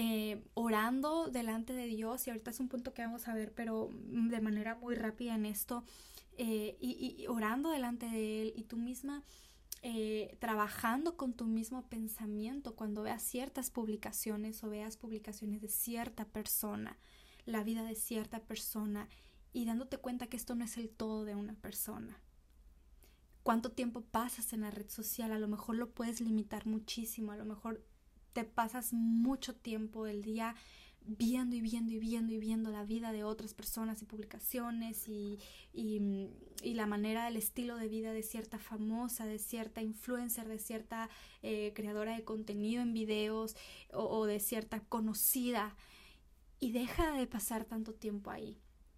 orando delante de Dios, y ahorita es un punto que vamos a ver, pero de manera muy rápida en esto, y orando delante de Él y tú misma trabajando con tu mismo pensamiento cuando veas ciertas publicaciones o veas publicaciones de cierta persona, la vida de cierta persona, y dándote cuenta que esto no es el todo de una persona. ¿Cuánto tiempo pasas en la red social? A lo mejor lo puedes limitar muchísimo, a lo mejor te pasas mucho tiempo del día viendo la vida de otras personas y publicaciones y la manera, el estilo de vida de cierta famosa, de cierta influencer, de cierta creadora de contenido en videos o de cierta conocida, y deja de pasar tanto tiempo ahí.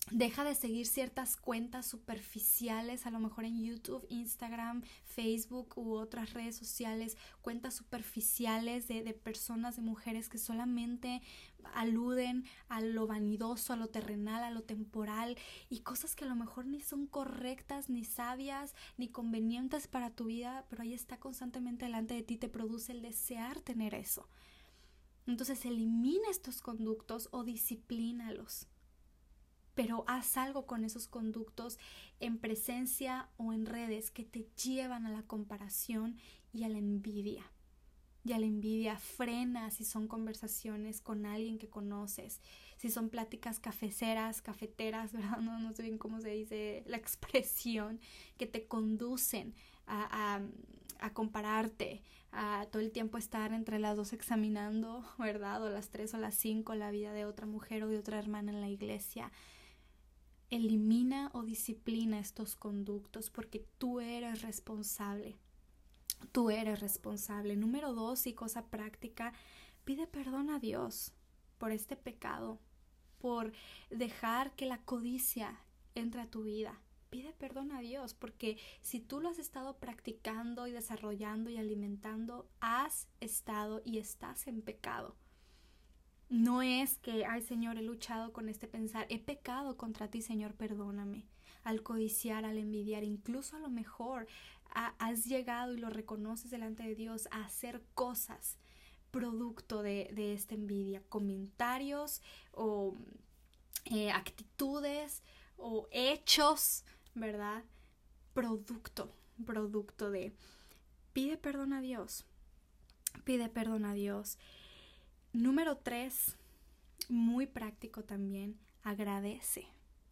Deja de seguir ciertas cuentas superficiales, a lo mejor en YouTube, Instagram, Facebook u otras redes sociales, cuentas superficiales de personas, de mujeres que solamente aluden a lo vanidoso, a lo terrenal, a lo temporal, y cosas que a lo mejor ni son correctas, ni sabias, ni convenientes para tu vida, pero ahí está constantemente delante de ti, te produce el desear tener eso. Entonces elimina estos conductos o disciplínalos. Pero haz algo con esos conductos en presencia o en redes que te llevan a la comparación y a la envidia. Y a la envidia, frena si son conversaciones con alguien que conoces, si son pláticas cafeteras, ¿verdad? No sé bien cómo se dice la expresión, que te conducen a compararte, a todo el tiempo estar entre las dos examinando, ¿verdad? O las 3 o las 5 la vida de otra mujer o de otra hermana en la iglesia. Elimina o disciplina estos conductos porque tú eres responsable. Tú eres responsable. Número 2, y cosa práctica, pide perdón a Dios por este pecado, por dejar que la codicia entre a tu vida. Pide perdón a Dios, porque si tú lo has estado practicando y desarrollando y alimentando, has estado y estás en pecado. No es que, ay Señor, he luchado con este pensar, he pecado contra ti, Señor, perdóname. Al codiciar, al envidiar, incluso a lo mejor has llegado y lo reconoces delante de Dios a hacer cosas producto de esta envidia, comentarios o actitudes o hechos, ¿verdad? Producto de... Pide perdón a Dios, pide perdón a Dios. Número 3, muy práctico también, agradece.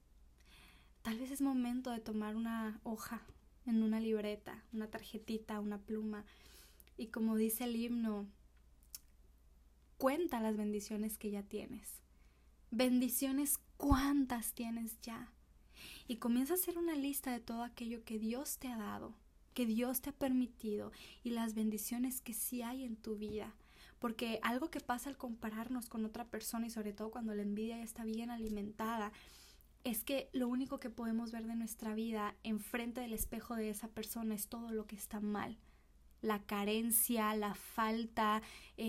Tal vez es momento de tomar una hoja en una libreta, una tarjetita, una pluma, y como dice el himno, cuenta las bendiciones que ya tienes. Bendiciones, ¿cuántas tienes ya? Y comienza a hacer una lista de todo aquello que Dios te ha dado, que Dios te ha permitido, y las bendiciones que sí hay en tu vida. Porque algo que pasa al compararnos con otra persona, y sobre todo cuando la envidia ya está bien alimentada, es que lo único que podemos ver de nuestra vida enfrente del espejo de esa persona es todo lo que está mal. La carencia, la falta,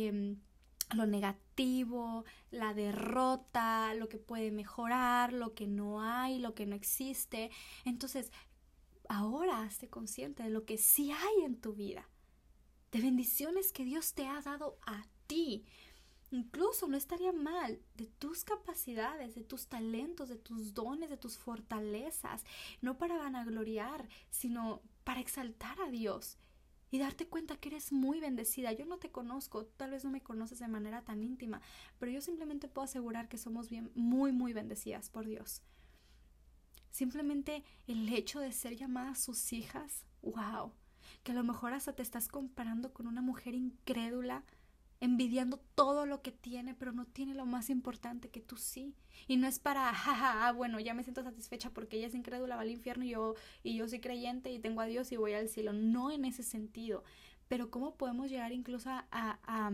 lo negativo, la derrota, lo que puede mejorar, lo que no hay, lo que no existe. Entonces, ahora hazte consciente de lo que sí hay en tu vida, de bendiciones que Dios te ha dado a ti. Incluso no estaría mal, de tus capacidades, de tus talentos, de tus dones, de tus fortalezas, no para vanagloriar, sino para exaltar a Dios y darte cuenta que eres muy bendecida. Yo no te conozco, tal vez no me conoces de manera tan íntima, pero yo simplemente puedo asegurar que somos muy bendecidas por Dios. Simplemente el hecho de ser llamadas sus hijas, wow, que a lo mejor hasta te estás comparando con una mujer incrédula, envidiando todo lo que tiene, pero no tiene lo más importante, que tú sí. Y no es para, bueno, ya me siento satisfecha porque ella es incrédula, va al infierno y yo soy creyente y tengo a Dios y voy al cielo. No en ese sentido. Pero ¿cómo podemos llegar incluso a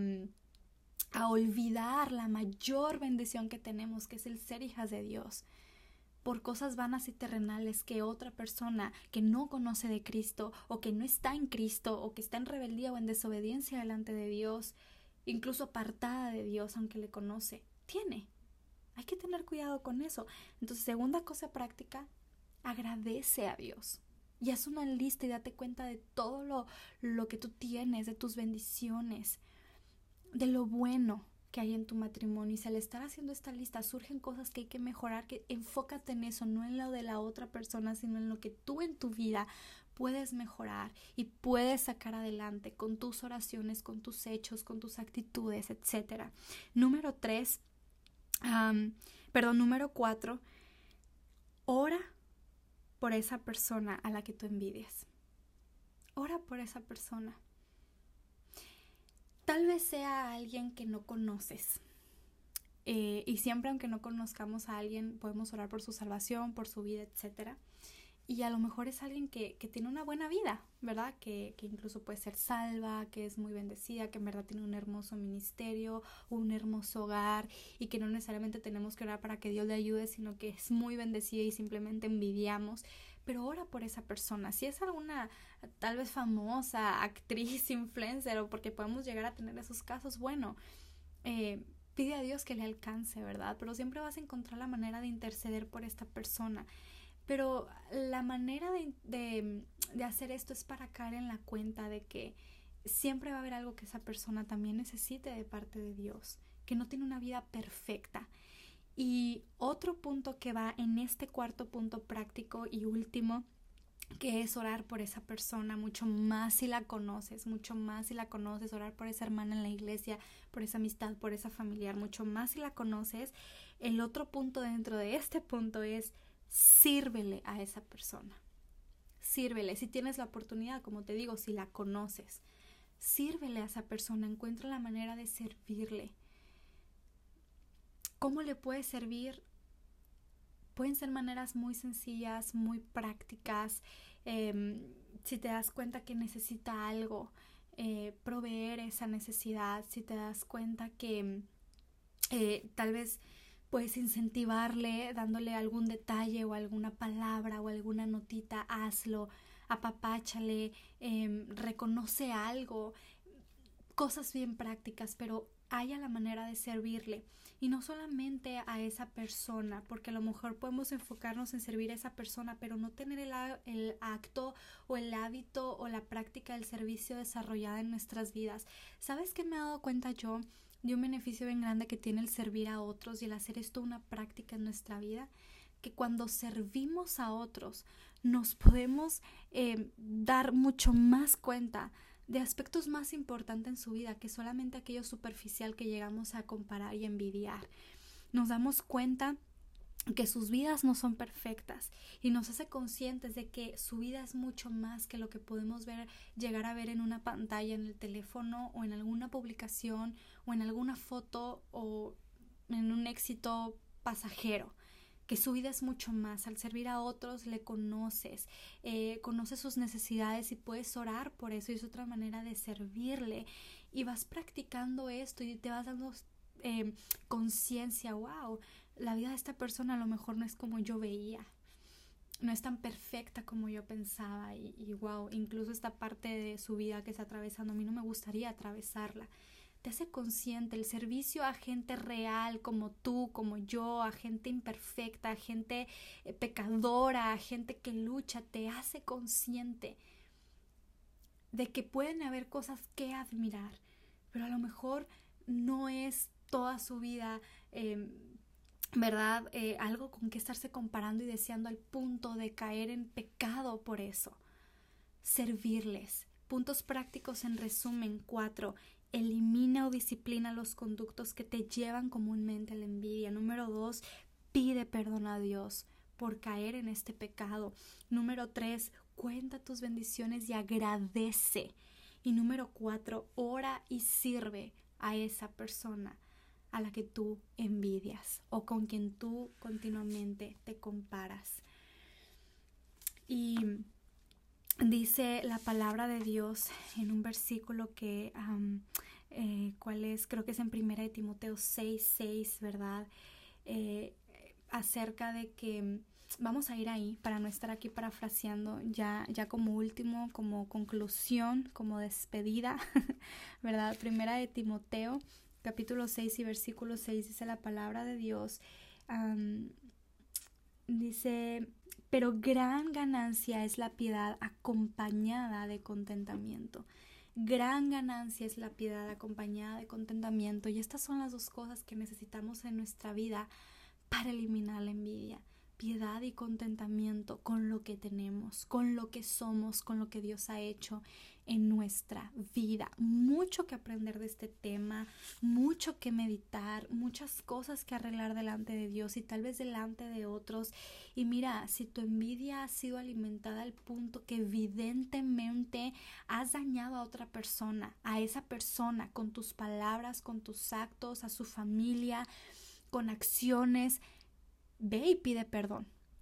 olvidar la mayor bendición que tenemos, que es el ser hijas de Dios, por cosas vanas y terrenales que otra persona que no conoce de Cristo, o que no está en Cristo, o que está en rebeldía o en desobediencia delante de Dios, incluso apartada de Dios aunque le conoce, tiene? Hay que tener cuidado con eso. Entonces, segunda cosa práctica, agradece a Dios y haz una lista y date cuenta de todo lo que tú tienes, de tus bendiciones, de lo bueno que hay en tu matrimonio. Y si al estar haciendo esta lista surgen cosas que hay que mejorar, que enfócate en eso, no en lo de la otra persona, sino en lo que tú en tu vida puedes mejorar y puedes sacar adelante con tus oraciones, con tus hechos, con tus actitudes, etc. Número 4, ora por esa persona a la que tú envidias. Ora por esa persona. Tal vez sea alguien que no conoces. Y siempre, aunque no conozcamos a alguien, podemos orar por su salvación, por su vida, etc. y a lo mejor es alguien que tiene una buena vida, ¿verdad? Que incluso puede ser salva, que es muy bendecida, que en verdad tiene un hermoso ministerio, un hermoso hogar, y que no necesariamente tenemos que orar para que Dios le ayude, sino que es muy bendecida y simplemente envidiamos. Pero ora por esa persona. Si es alguna tal vez famosa, actriz, influencer, o porque podemos llegar a tener esos casos, bueno, pide a Dios que le alcance, ¿verdad? Pero siempre vas a encontrar la manera de interceder por esta persona. Pero la manera de hacer esto es para caer en la cuenta de que siempre va a haber algo que esa persona también necesite de parte de Dios, que no tiene una vida perfecta. Y otro punto que va en este cuarto punto práctico y último, que es orar por esa persona, mucho más si la conoces, orar por esa hermana en la iglesia, por esa amistad, por esa familiar, mucho más si la conoces. El otro punto dentro de este punto es: sírvele a esa persona. Sírvele, si tienes la oportunidad, como te digo, si la conoces, sírvele a esa persona, encuentra la manera de servirle. ¿Cómo le puedes servir? Pueden ser maneras muy sencillas, muy prácticas. Si te das cuenta que necesita algo, proveer esa necesidad. Si te das cuenta que tal vez puedes incentivarle dándole algún detalle o alguna palabra o alguna notita, hazlo, apapáchale, reconoce algo, cosas bien prácticas, pero haya la manera de servirle. Y no solamente a esa persona, porque a lo mejor podemos enfocarnos en servir a esa persona, pero no tener el acto o el hábito o la práctica del servicio desarrollada en nuestras vidas. ¿Sabes qué me he dado cuenta yo de un beneficio bien grande que tiene el servir a otros y el hacer esto una práctica en nuestra vida? Que cuando servimos a otros nos podemos dar mucho más cuenta de aspectos más importantes en su vida que solamente aquello superficial que llegamos a comparar y envidiar. Nos damos cuenta que sus vidas no son perfectas y nos hace conscientes de que su vida es mucho más que lo que podemos llegar a ver en una pantalla, en el teléfono o en alguna publicación o en alguna foto o en un éxito pasajero. Que su vida es mucho más. Al servir a otros le conoces, conoces sus necesidades y puedes orar por eso, y es otra manera de servirle, y vas practicando esto y te vas dando conciencia. Wow, la vida de esta persona a lo mejor no es como yo veía, no es tan perfecta como yo pensaba, y wow, incluso esta parte de su vida que está atravesando, a mí no me gustaría atravesarla. Te hace consciente. El servicio a gente real como tú, como yo, a gente imperfecta, a gente pecadora, a gente que lucha, te hace consciente de que pueden haber cosas que admirar, pero a lo mejor no es toda su vida, ¿verdad? Algo con que estarse comparando y deseando al punto de caer en pecado por eso. Servirles. Puntos prácticos en resumen: 4. Elimina o disciplina los conductos que te llevan comúnmente a la envidia. Número 2, pide perdón a Dios por caer en este pecado. Número 3, cuenta tus bendiciones y agradece. Y número 4, ora y sirve a esa persona a la que tú envidias o con quien tú continuamente te comparas. Y dice la palabra de Dios en un versículo que, ¿cuál es? Creo que es en 1 de Timoteo 6:6, ¿verdad? Acerca de que, vamos a ir ahí para no estar aquí parafraseando, ya como último, como conclusión, como despedida, ¿verdad? 1 de Timoteo, capítulo 6 y versículo 6, dice la palabra de Dios, dice: pero gran ganancia es la piedad acompañada de contentamiento. Gran ganancia es la piedad acompañada de contentamiento. Y estas son las dos cosas que necesitamos en nuestra vida para eliminar la envidia. Piedad y contentamiento con lo que tenemos, con lo que somos, con lo que Dios ha hecho en nuestra vida. Mucho que aprender de este tema, mucho que meditar, muchas cosas que arreglar delante de Dios y tal vez delante de otros. Y mira, si tu envidia ha sido alimentada al punto que evidentemente has dañado a otra persona, a esa persona con tus palabras, con tus actos, a su familia, con acciones, ve y pide perdón.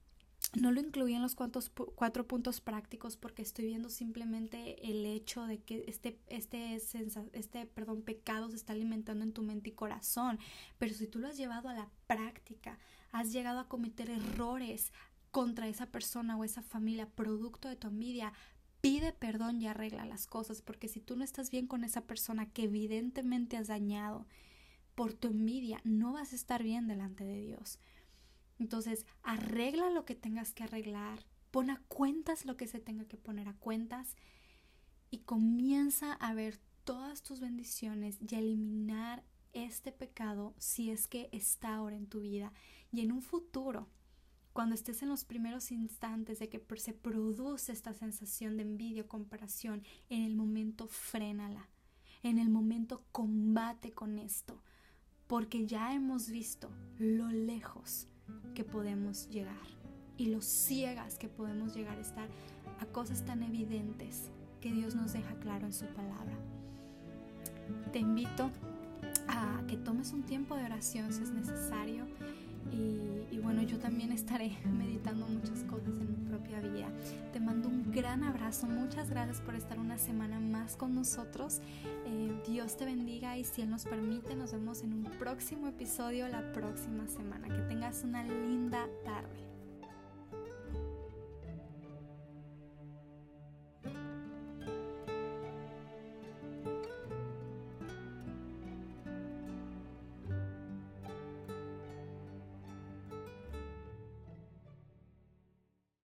No lo incluí en los 4 puntos prácticos porque estoy viendo simplemente el hecho de que este pecado se está alimentando en tu mente y corazón. Pero si tú lo has llevado a la práctica, has llegado a cometer errores contra esa persona o esa familia producto de tu envidia, pide perdón y arregla las cosas, porque si tú no estás bien con esa persona que evidentemente has dañado por tu envidia, no vas a estar bien delante de Dios. Entonces, arregla lo que tengas que arreglar, pon a cuentas lo que se tenga que poner a cuentas y comienza a ver todas tus bendiciones y a eliminar este pecado si es que está ahora en tu vida. Y en un futuro, cuando estés en los primeros instantes de que se produce esta sensación de envidia o comparación, en el momento frénala, en el momento combate con esto, porque ya hemos visto lo lejos que podemos llegar y lo ciegas que podemos llegar a estar a cosas tan evidentes que Dios nos deja claro en su palabra. Te invito a que tomes un tiempo de oración si es necesario y bueno, yo también estaré meditando muchas cosas en mi propia vida. Te mando un gran abrazo, muchas gracias por estar una semana más con nosotros. Dios te bendiga y si Él nos permite, nos vemos en un próximo episodio la próxima semana. Que tengas una linda tarde.